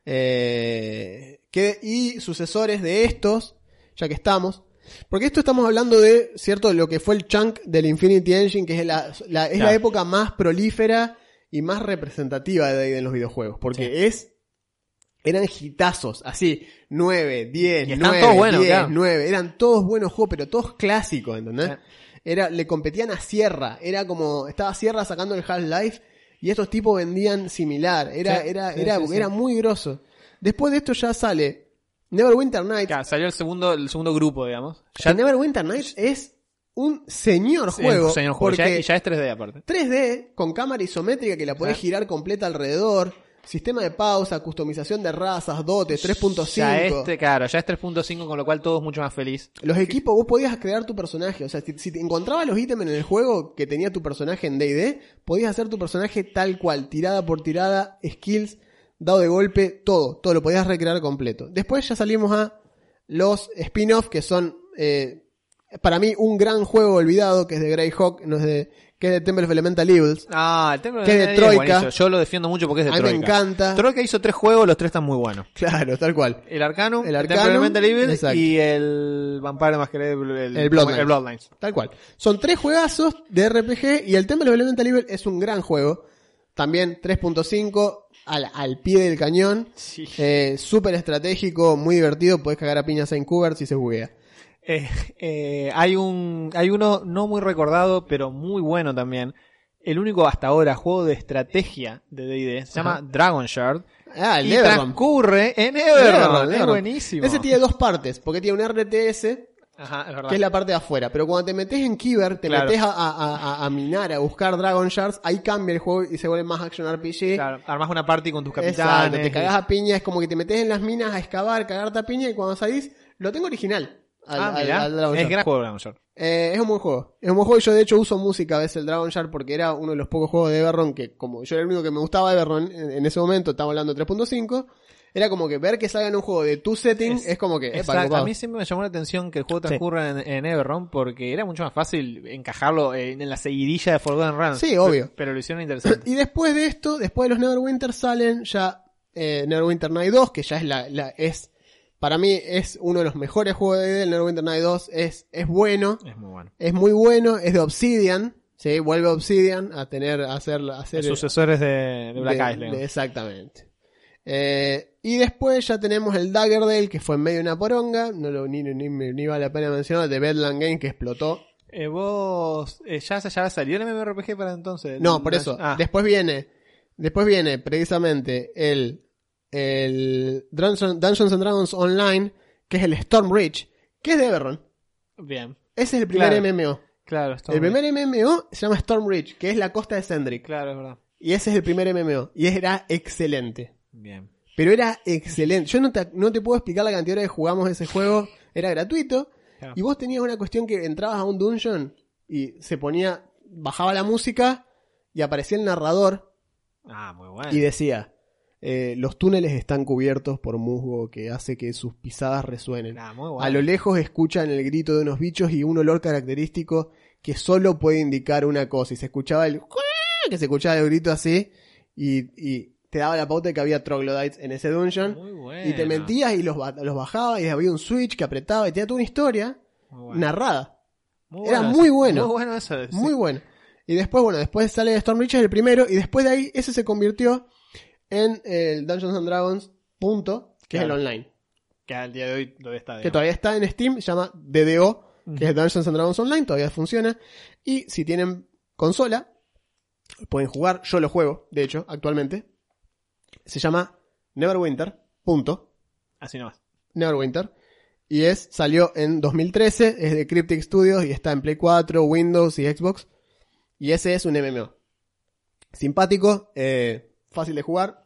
Eh, que, y sucesores de estos, ya que estamos. Porque esto estamos hablando de, cierto, lo que fue el chunk del Infinity Engine, que es la, la- es la Claro. época más prolífera y más representativa de D and D en los videojuegos. Porque Sí. es, eran hitazos, así, nueve, diez, Y están nueve, todos buenos, diez, claro. nueve, eran todos buenos juegos, pero todos clásicos, ¿entendés? Claro. Era, le competían a Sierra, era como, estaba Sierra sacando el Half-Life y estos tipos vendían similar, era, Sí, era, sí, era, sí, sí. era muy grosso. Después de esto ya sale Neverwinter Nights. Claro, salió el segundo, el segundo grupo, digamos. Ya Neverwinter Nights es un señor Sí, juego, un señor juego. porque Ya, y ya es tres D aparte. tres D con cámara isométrica que la podés Sí. girar completa alrededor. sistema de pausa, customización de razas, dotes, tres punto cinco. Ya este, claro, ya es tres punto cinco, con lo cual todo es mucho más feliz. Los equipos, vos podías crear tu personaje. O sea, si, si te encontrabas los ítems en el juego que tenía tu personaje en D and D, podías hacer tu personaje tal cual, tirada por tirada, skills, dado de golpe, todo. Todo lo podías recrear completo. Después ya salimos a los spin-off, que son, eh, para mí, un gran juego olvidado, que es de Greyhawk, no es de... que es de Temple of Elemental Evils. Ah, el Temple of que es de Elemental Evils Troika. buenísimo. Yo lo defiendo mucho porque es de A mí Troika. me encanta. Troika hizo tres juegos, los tres están muy buenos. Claro, tal cual. El Arcanum, El el, Arcanum, Temple of Elemental Evil exacto. y el Vampire Masquerade, el, El Bloodlines. el Bloodlines. Tal cual. Son tres juegazos de R P G y el Temple of Elemental Evil es un gran juego. También tres punto cinco al, al pie del cañón. Sí. Eh, súper estratégico, muy divertido. Podés cagar a piñas a Incubert si se buguea. Eh, eh, hay un, hay uno no muy recordado, pero muy bueno también. El único hasta ahora juego de estrategia de D and D se llama Dragon Shard. Ah, el y Neverrome. transcurre en Neverrome, Neverrome. Es Neverrome. buenísimo. Ese tiene dos partes, porque tiene un R T S, Ajá, es verdad. que es la parte de afuera. Pero cuando te metes en Kyber, te Claro. metes a, a, a, a minar, a buscar Dragon Shards, ahí cambia el juego y se vuelve más action R P G. Claro, armás una party con tus Exacto, capitanes. te cagás a piña, es como que te metes en las minas a excavar, cagarte a piña y cuando salís, lo tengo original. Al, Ah, al- mirá, al Dragon es Shard. gran juego Dragon Shard. Eh, es un buen juego. Es un buen juego y yo de hecho uso música a veces el Dragon Shard porque era uno de los pocos juegos de Everron que como yo era el único que me gustaba de Everron en, en ese momento, estamos hablando de tres punto cinco, era como que ver que salga en un juego de tu setting es, Es- como que... epa, Exacto. copado. A mí siempre me llamó la atención que el juego transcurra en, en Everron porque era mucho más fácil encajarlo en, en la seguidilla de Forgotten Realms. Sí, obvio. Pero, pero lo hicieron interesante. Y después de esto, después de los Neverwinter salen ya eh, Neverwinter Night dos, que ya es la, la es para mí es uno de los mejores juegos de D and D. El Neverwinter Night dos es, es bueno, Es muy bueno. es muy bueno, es de Obsidian, ¿sí? Vuelve Obsidian a tener, a hacer, a hacer Los sucesores de, de Black de- Isle. de- exactamente. Eh, y después ya tenemos el Daggerdale, que fue en medio de una poronga, no lo, ni, ni, ni, ni vale la pena mencionar, de Bedlam Game, que explotó. Eh, vos, eh, ya, ya salió el MMORPG para entonces. No, por eso. Ah, Después viene, después viene precisamente el, el Dungeons, Dungeons and Dragons Online, que es el Stormreach, que es de Everron. bien. Ese es el primer Claro. M M O. Claro, está El bien. primer M M O se llama Stormreach, que es la costa de Sendrik. Claro, es verdad. Y ese es el primer M M O. Y era excelente. Bien. Pero era excelente. Yo no te, no te puedo explicar la cantidad de horas que jugamos ese juego. Era gratuito. Claro. Y vos tenías una cuestión que entrabas a un dungeon y se ponía, bajaba la música y aparecía el narrador Ah, muy bueno. y decía, eh, los túneles están cubiertos por musgo que hace que sus pisadas resuenen. Ah, muy bueno. A lo lejos escuchan el grito de unos bichos y un olor característico que solo puede indicar una cosa. Y se escuchaba el... que se escuchaba el grito así y, y te daba la pauta de que había troglodytes en ese dungeon. Muy bueno. Y te metías y los, ba- los bajabas y había un switch que apretaba y tenía toda una historia Muy bueno. narrada. Muy era bueno muy eso. bueno. Muy bueno eso. sí. Muy bueno. Y después, bueno, después sale Stormreach el primero y después de ahí ese se convirtió en el Dungeons and Dragons punto, que Claro. es el online. Que al día de hoy todavía está. Que digamos. todavía está en Steam, se llama D D O, Ujú. que es Dungeons and Dragons Online, todavía funciona. Y si tienen consola, pueden jugar, yo lo juego, de hecho, actualmente. Se llama Neverwinter, punto, Así nomás. Neverwinter. Y es, salió en dos mil trece, es de Cryptic Studios y está en Play cuatro, Windows y Xbox. Y ese es un M M O. Simpático, eh, fácil de jugar.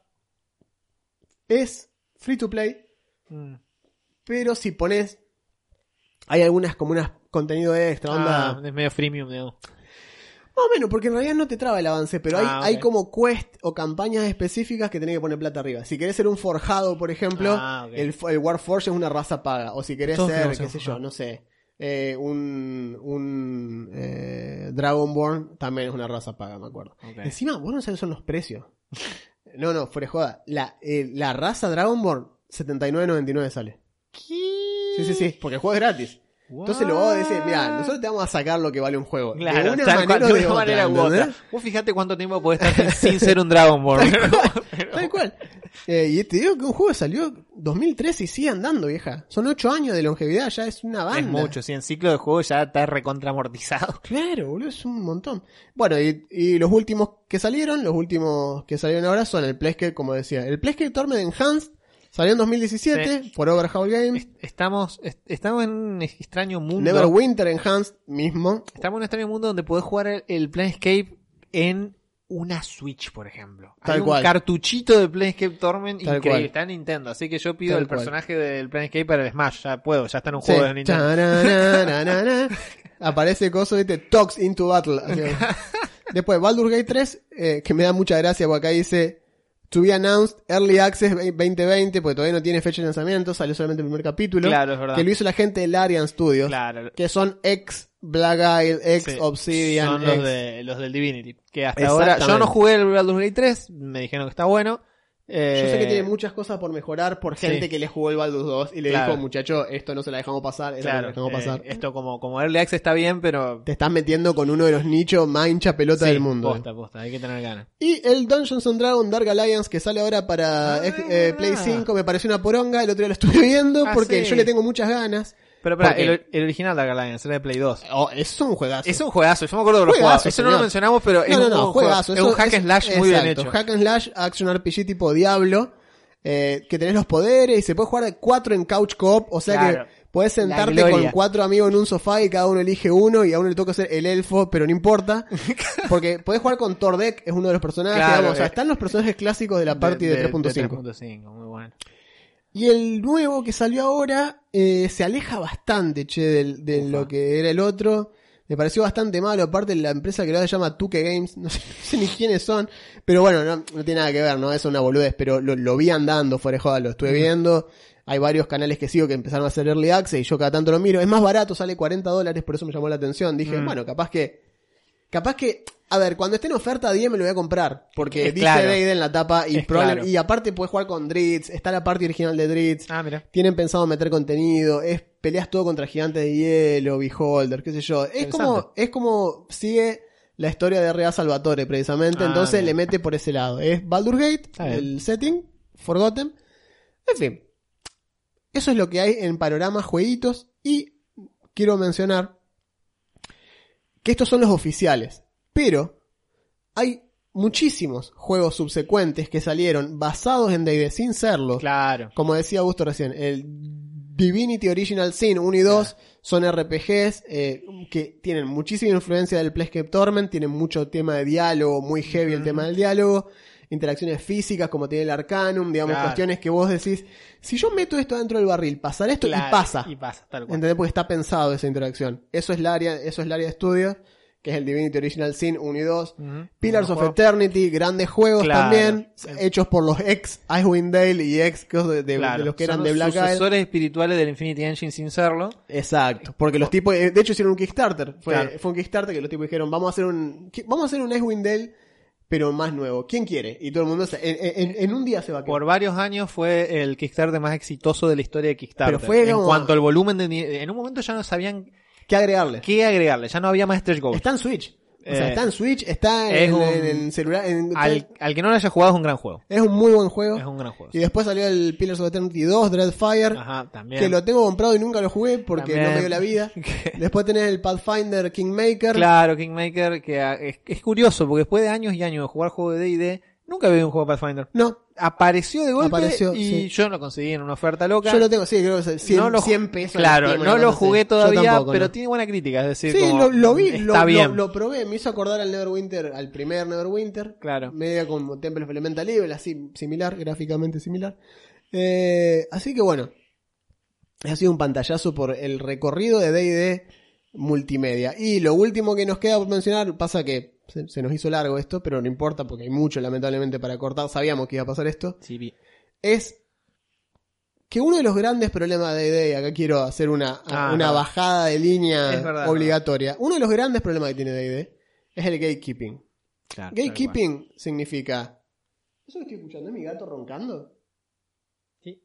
Es free to play, Mm. pero si pones... Hay algunas como unas contenido extra, onda... Ah, es medio freemium, digamos. Más o menos, porque en realidad no te traba el avance, pero hay, Ah, ok. hay como quest o campañas específicas que tenés que poner plata arriba. Si querés ser un forjado, por ejemplo, Ah, ok. el, el Warforge es una raza paga. O si querés Todos ser, queremos qué ser sé yo, forjado. no sé, eh, un, un eh, Dragonborn también es una raza paga, me acuerdo. Ok. Encima, vos no sabés son los precios. no, no, fuera de joda. La, eh, la raza Dragonborn, setenta y nueve noventa y nueve sale. ¿Qué? Sí, sí, sí, porque el juego es gratis. Entonces lo vos decís, mira, nosotros te vamos a sacar lo que vale un juego. Claro, de una tal manera cual, o de de una otra, manera u otra. ¿entendés? Vos fijate cuánto tiempo podés estar sin, sin ser un Dragonborn. Tal cual. Eh, y te digo que un juego salió dos mil trece y sigue andando, vieja. Son ocho años de longevidad, ya es una banda. Es mucho, si en ciclo de juego ya está recontramortizado. Claro, boludo, es un montón. Bueno, y, y los últimos que salieron, los últimos que salieron ahora son el Planescape, como decía. El Planescape Torment Enhanced salió en dos mil diecisiete Sí. por Overhaul Games. Estamos, est- estamos en un extraño mundo. Neverwinter Enhanced mismo. Estamos en un extraño mundo donde podés jugar el, el Planescape en una Switch, por ejemplo. Tal Hay un cual. cartuchito de Planescape Torment Tal increíble. cual. Está en Nintendo, así que yo pido Tal el cual. personaje del Planescape para el Smash. Ya puedo, ya está en un Sí. juego de Nintendo. Chananana. Aparece coso, viste, Talks into Battle. Así. Después, Baldur's Gate tres, eh, que me da mucha gracia porque acá dice To be announced Early Access veinte veinte, porque todavía no tiene fecha de lanzamiento, salió solamente el primer capítulo. Claro, es verdad. Que lo hizo la gente de Larian Studios, Claro. que son ex Black Isle, ex Sí, Obsidian, son ex... los, de, los del Divinity. Que hasta ahora, yo Exactamente. no jugué el Baldur's Gate tres, me dijeron que está bueno. Eh, Yo sé que tiene muchas cosas por mejorar por gente sí. que le jugó el Baldur's dos y le Claro. dijo, muchacho, esto no se la dejamos pasar, esto Claro, no se la dejamos eh, pasar. esto como, como Early Access está bien, pero... Te estás metiendo con uno de los nichos más hincha pelota sí, del mundo. posta, posta, hay que tener ganas. Y el Dungeons and Dragons Dark Alliance que sale ahora para Ah, eh, Play cinco me pareció una poronga, el otro día lo estuve viendo Ah, porque sí. yo le tengo muchas ganas. Pero, pero ¿Por qué? el, el original Dark Alliance era de Play dos. Oh, es un juegazo. Es un juegazo, yo me acuerdo de los Juegazo, juegos. Eso no señor. lo mencionamos, pero es no, no, un no, buen juegazo. juego. Es un Eso hack and slash muy bien exacto, hecho. Hack and slash, action R P G tipo Diablo, eh, que tenés los poderes y se puede jugar de cuatro en couch co-op, o sea Claro. que podés sentarte La con gloria. cuatro amigos en un sofá y cada uno elige uno y a uno le toca ser el elfo, pero no importa, porque podés jugar con Tordek, es uno de los personajes, Claro, digamos, o sea, eh, están los personajes clásicos de la party de, tres punto cinco. tres punto cinco, muy bueno. Y el nuevo que salió ahora eh, se aleja bastante, che, del- de, Ufa. lo que era el otro. Me pareció bastante malo. Aparte, la empresa que lo hace se llama two K Games. No sé, no sé ni quiénes son. Pero bueno, no, no tiene nada que ver, ¿no? Es una boludez. Pero lo, lo vi andando fuera de joda, lo estuve viendo. Hay varios canales que sigo que empezaron a hacer Early Access y yo cada tanto lo miro. Es más barato, sale cuarenta dólares, por eso me llamó la atención. Dije, Mm. bueno, capaz que... Capaz que... A ver, cuando esté en oferta a diez me lo voy a comprar. Porque Es dice claro. D and D en la tapa y, Es probable- claro. y aparte puedes jugar con Dritz. Está la parte original de Dritz. Ah, mira. Tienen pensado meter contenido, es peleas todo contra gigantes de hielo, Beholder, qué sé yo. Es Interesante. como, es como sigue la historia de R A Salvatore, precisamente. Ah, Entonces bien. le mete por ese lado. Es Baldur's Gate, Está bien. el setting, Forgotten. En fin. Eso es lo que hay en panorama jueguitos. Y quiero mencionar que estos son los oficiales. Pero hay muchísimos juegos subsecuentes que salieron basados en D and D sin serlo. Claro. Como decía Augusto recién, el Divinity Original Sin uno y dos son R P Gs eh, que tienen muchísima influencia del Planescape Torment, tienen mucho tema de diálogo, muy heavy el Ujú. tema del diálogo, interacciones físicas como tiene el Arcanum, digamos, Claro. cuestiones que vos decís, si yo meto esto dentro del barril, pasará esto Claro, y pasa. Y pasa, tal cual. ¿Entendés? Porque está pensado esa interacción. Eso es el área, eso es el área de estudio, que es el Divinity Original Sin uno y dos. Ujú. Pillars Buen of juego. Eternity, grandes juegos Claro. también, Eh. hechos por los ex Icewind Dale y ex de, de- Claro. de los que Son eran de los Black Isle. sucesores espirituales del Infinity Engine sin serlo. Exacto, porque los tipos, eh, de hecho hicieron un Kickstarter, fue, Claro. fue un Kickstarter que los tipos dijeron, vamos a hacer un, vamos a hacer un Icewind Dale, pero más nuevo. ¿Quién quiere? Y todo el mundo, se- en, en- en un día se va a quedar. Por varios años fue el Kickstarter más exitoso de la historia de Kickstarter. Pero fue en como- cuanto al volumen de... ni- En un momento ya no sabían ¿Qué agregarle? qué agregarle, ya no había más stretch goals. Está en Switch. O sea, Eh, está en Switch, está es en, un- en- en celular. en- Al, al que no lo haya jugado es un gran juego. Es un muy buen juego. Es un gran juego. Y después salió el Pillars of Eternity dos, Dreadfire. Ajá, también. Que lo tengo comprado y nunca lo jugué porque También. no me dio la vida. Después tenés el Pathfinder Kingmaker. Claro, Kingmaker, que ah, es, es curioso, porque después de años y años de jugar juego de D and D, nunca había un juego de Pathfinder. No, Apareció de golpe Apareció, y sí. yo lo conseguí en una oferta loca. yo lo tengo, sí, creo que es cien, No lo ju- cien pesos. Claro, en Steam, no una lo cosa así. jugué Yo todavía, tampoco, pero no. tiene buena crítica, es decir, Sí, como, lo, lo vi, está lo, bien. Lo, lo probé, me hizo acordar al Neverwinter, al primer Neverwinter. Claro. Media como Temple of Elemental Evil, así, similar, gráficamente similar. Eh, así que bueno, ha sido un pantallazo por el recorrido de D and D multimedia. Y lo último que nos queda por mencionar, pasa que se, se nos hizo largo esto, pero no importa porque hay mucho lamentablemente para cortar, sabíamos que iba a pasar esto, Sí, vi. es que uno de los grandes problemas de D and D, y acá quiero hacer una, Ah, una no. bajada de línea Es verdad. obligatoria, uno de los grandes problemas que tiene D and D es el gatekeeping. Claro, Gatekeeping significa... ¿Eso que estoy escuchando? ¿Es mi gato roncando? Sí.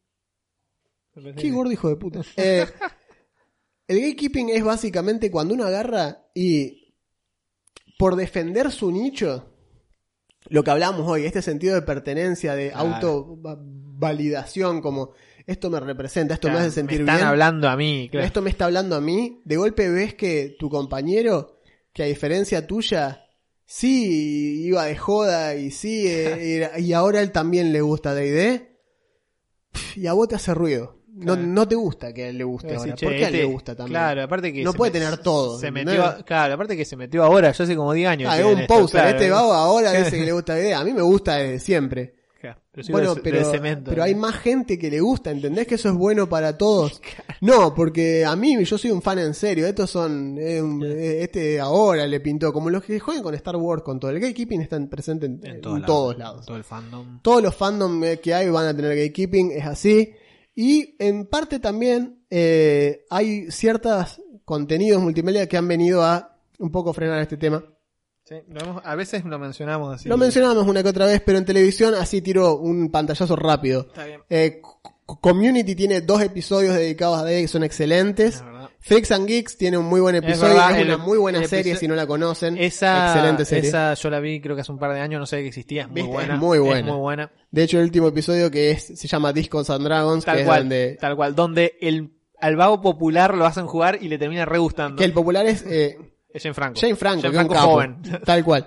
Qué gordo hijo de puta. Eh, el gatekeeping es básicamente cuando uno agarra y por defender su nicho, lo que hablamos hoy, este sentido de pertenencia, de Claro. autovalidación, como esto me representa, esto Claro, me hace sentir me están bien, hablando a mí, claro. esto me está hablando a mí, de golpe ves que tu compañero, que a diferencia tuya, sí iba de joda y sí, eh, era- y ahora a él también le gusta D and D, y a vos te hace ruido. No, Claro. no te gusta que a él le guste Decís, ahora. che, ¿Por qué a él este- le gusta también? Claro, aparte que No se puede me- tener todo. Se ¿entendés? metió, a- claro, aparte que se metió ahora, yo hace como diez años. Ah, que es en un esto, poser. claro. Este vago ahora dice que le gusta la idea. A mí me gusta desde siempre. Claro, pero sí Bueno, lo de- pero, lo de cemento, pero ¿no? hay más gente que le gusta, ¿entendés que eso es bueno para todos? No, porque a mí, yo soy un fan en serio, estos son, eh, un- eh, este ahora le pintó, como los que juegan con Star Wars, con todo el gatekeeping están presentes en, En en todos, todos lados, lados. Todo el fandom. Todos los fandom eh, que hay van a tener gatekeeping, es así. Y en parte también eh, hay ciertos contenidos multimedia que han venido a un poco frenar este tema. Sí, lo hemos- a veces lo mencionamos así. Lo mencionamos una que otra vez, pero en televisión así tiro un pantallazo rápido. Está bien. Eh, C- Community tiene dos episodios dedicados a Day que son excelentes. Es verdad. Freaks and Geeks tiene un muy buen episodio. Es, verdad, el- una muy buena el serie episodio- si no la conocen. Esa, Excelente serie. esa yo la vi creo que hace un par de años, no sabía que existía, es muy ¿Viste? buena. Es muy buena. Es muy buena. De hecho, el último episodio que es se llama Discos and Dragons, que Tal es cual, donde tal cual, donde el al vago popular lo hacen jugar y le termina re gustando. que el popular es eh, Es Jane Franco. Jane Franco, Jane que es un Franco capo, joven. tal cual.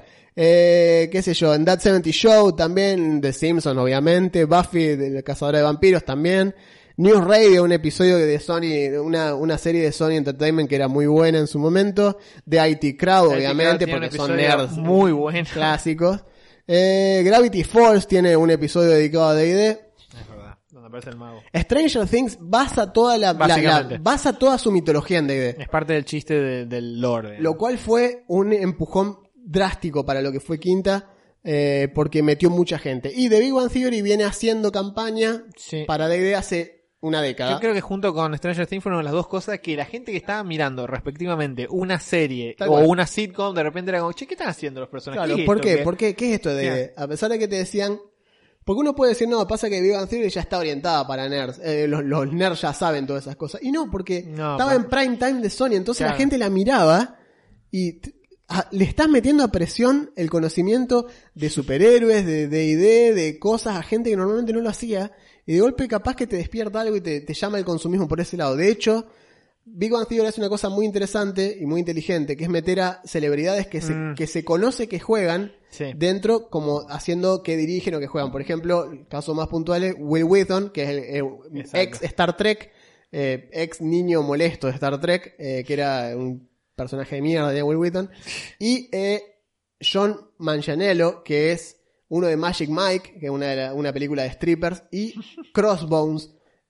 Eh, qué sé yo, en That setenta Show también, The Simpsons obviamente, Buffy, de la cazadora de vampiros también, News Radio, un episodio de Sony, una, una serie de Sony Entertainment que era muy buena en su momento, The I T Crowd The I T obviamente, Crowd tiene porque un son episodio nerds muy bueno. clásicos. Eh, Gravity Falls tiene un episodio dedicado a D and D. Es verdad, donde aparece el mago. Stranger Things basa toda la, la- la- Básicamente. basa toda su mitología en D and D. Es parte del chiste de- del lore. digamos. Lo cual fue un empujón drástico para lo que fue Quinta, eh, porque metió mucha gente. Y The Big Bang Theory viene haciendo campaña Sí. para D and D hace una década. Yo creo que junto con Stranger Things fueron las dos cosas que la gente que estaba mirando respectivamente una serie Tal o cual. una sitcom de repente era como, che, ¿qué están haciendo los personajes? Claro, ¿Qué es ¿por esto? qué? ¿Qué? ¿Por qué? ¿Qué es esto de D and D? A pesar de que te decían... Porque uno puede decir, no, pasa que Big Bang Theory ya está orientada para nerds. Eh, los, los nerds ya saben todas esas cosas. Y no, porque No, estaba porque- en prime time de Sony. Entonces Claro. la gente la miraba y t- a- le estás metiendo a presión el conocimiento de superhéroes, de D and D, de cosas a gente que normalmente no lo hacía. Y de golpe capaz que te despierta algo y te, te llama el consumismo por ese lado. De hecho... Big Bang Theory hace una cosa muy interesante y muy inteligente, que es meter a celebridades que se, Mm. que se conoce que juegan Sí. dentro, como haciendo que dirigen o que juegan. Por ejemplo, el caso más puntual es Will Wheaton, que es el, el Exacto. ex Star Trek, eh, ex niño molesto de Star Trek, eh, que era un personaje de mierda de Will Wheaton, y eh, John Manganiello, que es uno de Magic Mike, que es una, de la- una película de strippers, y Crossbones,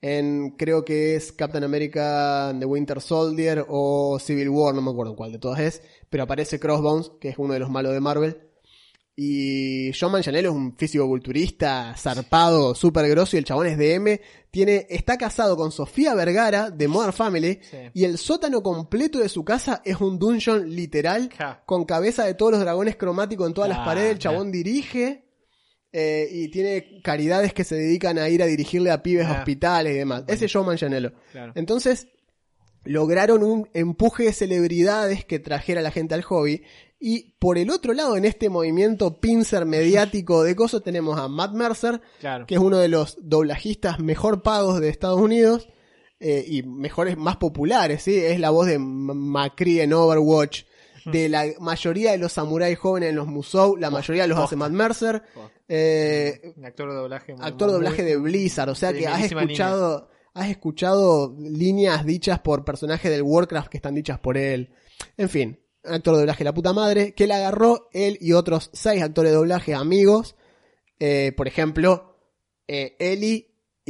en creo que es Captain America The Winter Soldier o Civil War, no me acuerdo cuál de todas es, pero aparece Crossbones, que es uno de los malos de Marvel. Y John Manganiello es un físico-culturista zarpado, súper grosso, y el chabón es D M. Tiene, está casado con Sofía Vergara de Modern Family, Sí. y el sótano completo de su casa es un dungeon literal, Ja. con cabeza de todos los dragones cromáticos en todas las Ah, paredes. El chabón ya. dirige, eh, y tiene caridades que se dedican a ir a dirigirle a pibes a Ah. hospitales y demás. Ese es John Manganiello. Claro. Entonces, lograron un empuje de celebridades que trajera a la gente al hobby. Y por el otro lado, en este movimiento pincer mediático de cosas, tenemos a Matt Mercer, Claro. que es uno de los doblajistas mejor pagos de Estados Unidos, eh, y mejores, más populares, ¿sí? Es la voz de M- McCree en Overwatch, de la mayoría de los samuráis jóvenes en los Musou, la mayoría los hace Matt Mercer, eh, Un actor de doblaje. muy- actor de muy- doblaje de Blizzard, o sea de que has primerísima escuchado, has escuchado líneas dichas por personajes del Warcraft que están dichas por él. En fin, un actor de doblaje de la puta madre, que la agarró él y otros seis actores de doblaje amigos. Eh, por ejemplo, eh, Ellie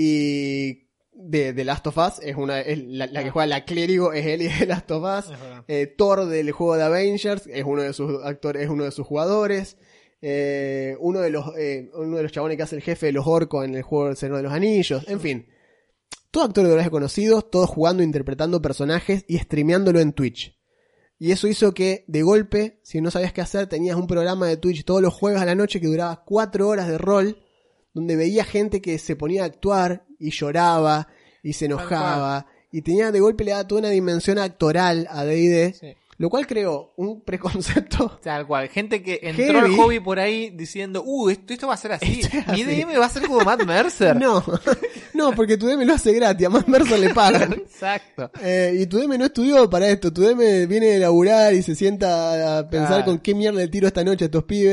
y de The Last of Us, es una, es la, la que juega la clérigo, es Ellie de The Last of Us. Es verdad. Eh, Thor del juego de Avengers, es uno de sus actores, es uno de sus jugadores. Eh, uno de los eh, uno de los chabones que hace el jefe de los orcos en el juego del Señor de los Anillos, en fin. Todos actores de doblaje conocidos, todos jugando, interpretando personajes y streameándolo en Twitch. Y eso hizo que, de golpe, si no sabías qué hacer, tenías un programa de Twitch todos los jueves a la noche que duraba cuatro horas de rol, donde veía gente que se ponía a actuar y lloraba y se enojaba. Y tenía, de golpe, le daba toda una dimensión actoral a D and D, Sí. lo cual creó un preconcepto. Tal cual, gente que entró Heavy. al hobby por ahí diciendo, uh, esto, esto va a ser así. Esto es Mi así. D M va a ser como Matt Mercer. No, no, porque tu D M lo hace gratis, a más Mercer le pagan. Exacto. Eh, y tu D M no estudió para esto, tu D M viene de laburar y se sienta a pensar Claro. con qué mierda le tiro esta noche a estos pibes.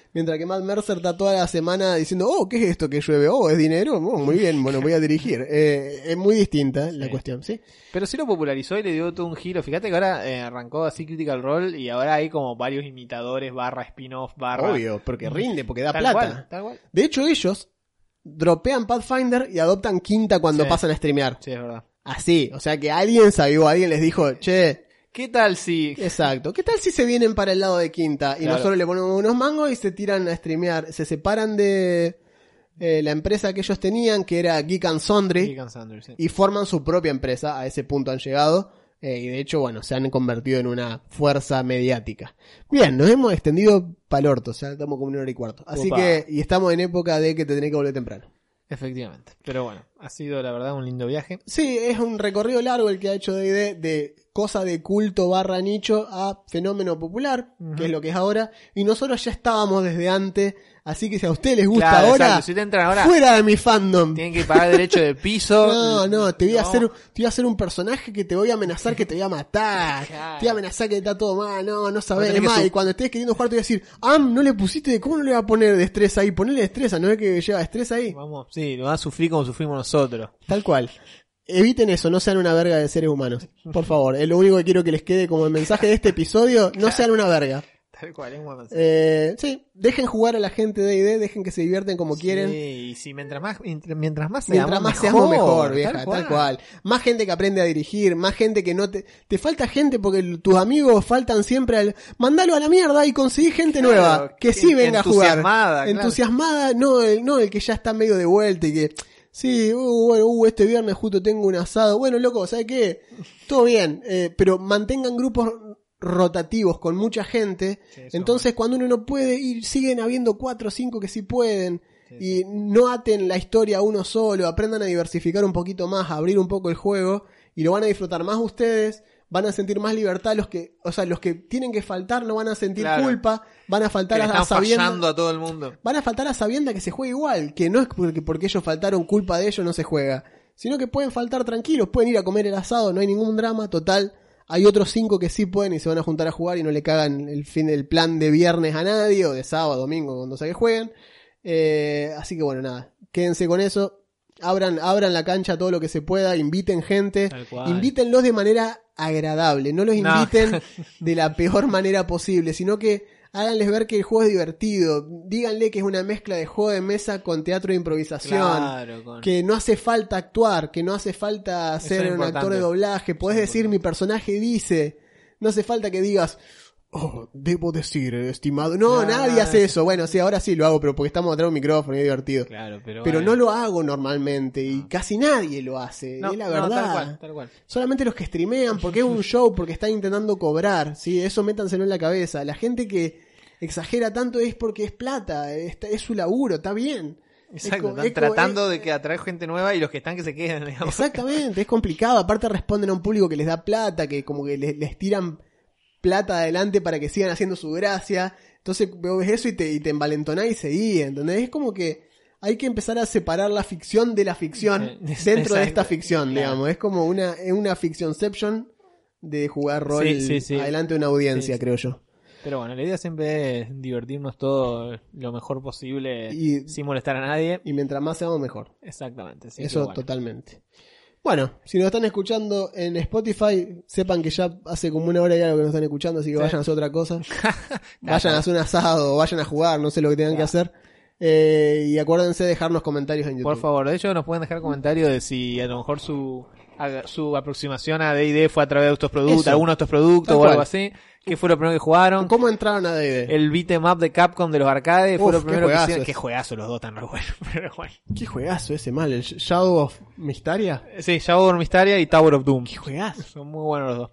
Mientras que Matt Mercer está toda la semana diciendo, oh, ¿qué es esto que llueve? Oh, ¿es dinero? Oh, muy bien, bueno, voy a dirigir. Eh, es muy distinta la Sí. cuestión, ¿sí? Pero sí lo popularizó y le dio todo un giro. Fíjate que ahora eh, arrancó así Critical Role y ahora hay como varios imitadores, barra spin-off, barra... Obvio, porque rinde, porque da Tal plata. cual, tal cual. De hecho, ellos dropean Pathfinder y adoptan Quinta cuando Sí. pasan a streamear. Sí, es verdad. Así, o sea que alguien sabió, alguien les dijo, che, ¿Qué tal si... exacto, ¿qué tal si se vienen para el lado de Quinta? Y Claro. nosotros le ponemos unos mangos y se tiran a streamear, se separan de eh, la empresa que ellos tenían, que era Geek and Sundry, Geek and Sundry, sí. y forman su propia empresa, a ese punto han llegado, eh, y de hecho, bueno, se han convertido en una fuerza mediática. Bien, nos hemos extendido pa'l orto, o sea, estamos como una hora y cuarto. Así Opa. que, y estamos en época de que te tenés que volver temprano. Efectivamente. Pero bueno, ha sido la verdad un lindo viaje. Sí, es un recorrido largo el que ha hecho D and D de cosa de culto barra nicho a fenómeno popular, Ujú. que es lo que es ahora, y nosotros ya estábamos desde antes, así que si a ustedes les gusta Claro, ahora, exacto. Si te entran ahora, fuera de mi fandom. tienen que pagar derecho de piso. No, no, te voy a No. hacer, te voy a hacer un personaje que te voy a amenazar que te voy a matar, Claro. te voy a amenazar que está todo mal, no, no sabés tenés que más, su- y cuando estés queriendo jugar te voy a decir, Am, no le pusiste, ¿cómo no le va a poner destreza ahí? Ponele destreza, ¿no es que lleva destreza ahí? Vamos, sí, lo van a sufrir como sufrimos nosotros. Tal cual. Eviten eso, no sean una verga de seres humanos. Por favor, es lo único que quiero que les quede como el mensaje de este episodio, no sean una verga. Tal cual, es muy avanzado. Eh, sí, dejen jugar a la gente de D and D, dejen que se divierten como quieren. Sí, y si mientras más, mientras mientras más seamos Mientras más mejor, seamos mejor, vieja, tal cual. Más gente que aprende a dirigir, más gente que no te... Te falta gente porque el- tus amigos faltan siempre al... Mandalo a la mierda y conseguí gente Claro, nueva, que sí en- venga a jugar. entusiasmada, claro. Entusiasmada, no el, no el que ya está medio de vuelta y que... Sí, uh, bueno, uh, este viernes justo tengo un asado. Bueno, loco, ¿sabes qué? Todo bien, eh, pero mantengan grupos rotativos con mucha gente. Sí, eso Entonces, cuando uno no puede ir, siguen habiendo cuatro o cinco que sí pueden. Sí, Y no aten la historia a uno solo, aprendan a diversificar un poquito más, a abrir un poco el juego, y lo van a disfrutar más ustedes, van a sentir más libertad los que, o sea, los que tienen que faltar no van a sentir Claro. culpa, van a faltar que le a, están a sabienda, fallando a todo el mundo. van a faltar a sabienda que se juega igual, que no es porque, porque ellos faltaron, culpa de ellos no se juega, sino que pueden faltar tranquilos, pueden ir a comer el asado, no hay ningún drama, total. Hay otros cinco que sí pueden y se van a juntar a jugar y no le cagan el fin del plan de viernes a nadie, o de sábado, domingo, cuando sea que jueguen. Eh, así que bueno, nada, quédense con eso, abran, abran la cancha todo lo que se pueda, inviten gente, Tal cual. invítenlos de manera agradable, no los No. inviten de la peor manera posible, sino que háganles ver que el juego es divertido, díganle que es una mezcla de juego de mesa con teatro de improvisación, Claro, con... que no hace falta actuar, que no hace falta Eso ser es un actor importante. de doblaje, podés Eso es decir mi personaje dice, no hace falta que digas, oh, debo decir, estimado, no, Claro. nadie hace eso, bueno, sí, ahora sí lo hago, pero porque estamos atrás de un micrófono y es divertido. Claro, pero, Pero bueno. no lo hago normalmente y casi nadie lo hace, No, es la no, verdad. tal cual, tal cual. Solamente los que streamean porque es un show, porque están intentando cobrar, ¿sí? Eso métanselo en la cabeza. La gente que exagera tanto es porque es plata, es, es su laburo, está bien. Exacto, Es co- están es co- tratando es- de que atraer gente nueva y los que están que se queden, digamos. Exactamente, es complicado. Aparte responden a un público que les da plata, que como que les, les tiran plata adelante para que sigan haciendo su gracia. Entonces vos ves eso y te, y te envalentonás y seguís, ¿entendés? Es como que hay que empezar a separar la ficción de la ficción Sí, dentro de exacto, esta ficción, claro. digamos. Es como una, es una fictionception de jugar rol Sí, sí, sí. adelante de una audiencia, Sí, sí. creo yo. Pero bueno, la idea siempre es divertirnos todo lo mejor posible Y- sin molestar a nadie. Y mientras más seamos, mejor. Exactamente. así Eso que bueno. totalmente. Bueno, si nos están escuchando en Spotify, sepan que ya hace como una hora ya lo que nos están escuchando, así que Sí. vayan a hacer otra cosa. Vayan a hacer un asado, vayan a jugar, no sé lo que tengan que hacer. Eh, y acuérdense de dejarnos comentarios en YouTube. Por favor, de hecho nos pueden dejar comentarios de si a lo mejor su a- su aproximación a D and D fue a través de estos productos, Eso. alguno de estos productos Tal o cual. algo así. ¿Qué fue lo primero que jugaron? ¿Cómo entraron a D and D? El beat 'em up de Capcom de los arcades fue Uf, lo qué primero que juegazo hicieron. ese. Qué juegazo los dos tan re buenos. Pero bueno. Qué juegazo ese mal, el Shadow of Mysteria. Sí, Shadow of Mysteria y Tower of Doom. Qué juegazo. Son muy buenos los dos.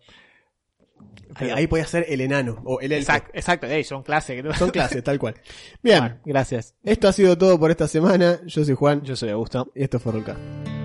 Ahí, ahí podía ser el enano o el elfo. Exacto, exacto, ey, son clases. Son clases, tal cual. Bien, Bueno, gracias. esto ha sido todo por esta semana. Yo soy Juan Yo soy Augusto. y esto fue Rollcast.